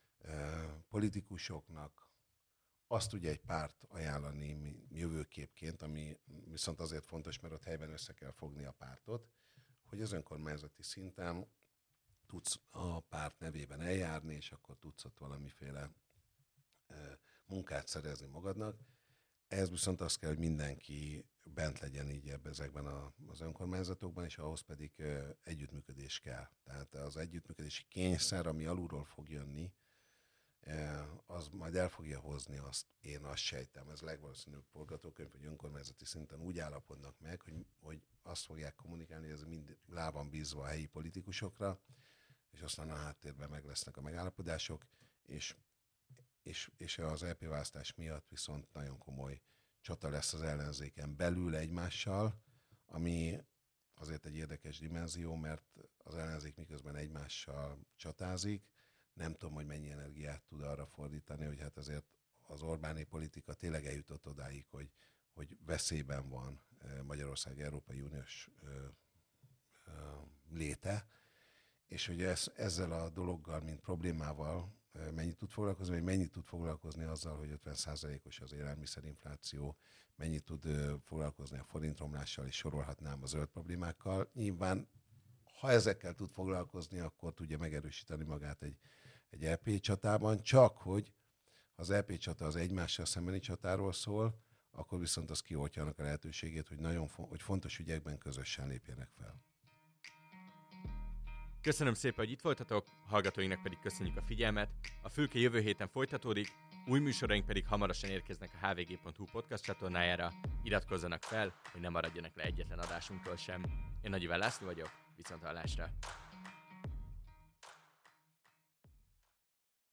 politikusoknak azt tudja egy párt ajánlani jövőképként, ami viszont azért fontos, mert ott helyben össze kell fogni a pártot, hogy az önkormányzati szinten tudsz a párt nevében eljárni, és akkor tudsz ott valamiféle munkát szerezni magadnak. Ez viszont azt kell, hogy mindenki bent legyen így ebben, ezekben a, az önkormányzatokban, és ahhoz pedig ö, együttműködés kell. Tehát az együttműködési kényszer, ami alulról fog jönni, ö, az majd el fogja hozni azt, én azt sejtem, ez legvalószínűbb forgatókönyv, hogy önkormányzati szinten úgy állapodnak meg, hogy, hogy azt fogják kommunikálni, hogy ez mind rá van bízva a helyi politikusokra, és aztán a háttérben meg lesznek a megállapodások, és És, és az é pé választás miatt viszont nagyon komoly csata lesz az ellenzéken belül egymással, ami azért egy érdekes dimenzió, mert az ellenzék miközben egymással csatázik, nem tudom, hogy mennyi energiát tud arra fordítani, hogy hát azért az Orbáni politika tényleg eljutott odáig, hogy, hogy veszélyben van Magyarország Európai Uniós ö, ö, léte, és hogy ez, ezzel a dologgal, mint problémával mennyit tud foglalkozni, vagy mennyit tud foglalkozni azzal, hogy ötven százalékos az élelmiszerinfláció, mennyit tud foglalkozni a forintromlással, és sorolhatnám a zöld problémákkal. Nyilván, ha ezekkel tud foglalkozni, akkor tudja megerősíteni magát egy, egy é pé csatában, csak hogy az é pé csata az egymással szembeni csatáról szól, akkor viszont az kioltja annak a lehetőségét, hogy, nagyon fo- hogy fontos ügyekben közösen lépjenek fel. Köszönöm szépen, hogy itt voltatok, hallgatóinknak pedig köszönjük a figyelmet. A Fülke jövő héten folytatódik, új műsoraink pedig hamarosan érkeznek a há vé gé pont hú podcast csatornájára. Iratkozzanak fel, hogy ne maradjanak le egyetlen adásunktól sem. Én Nagy Iván László vagyok, viszonthallásra!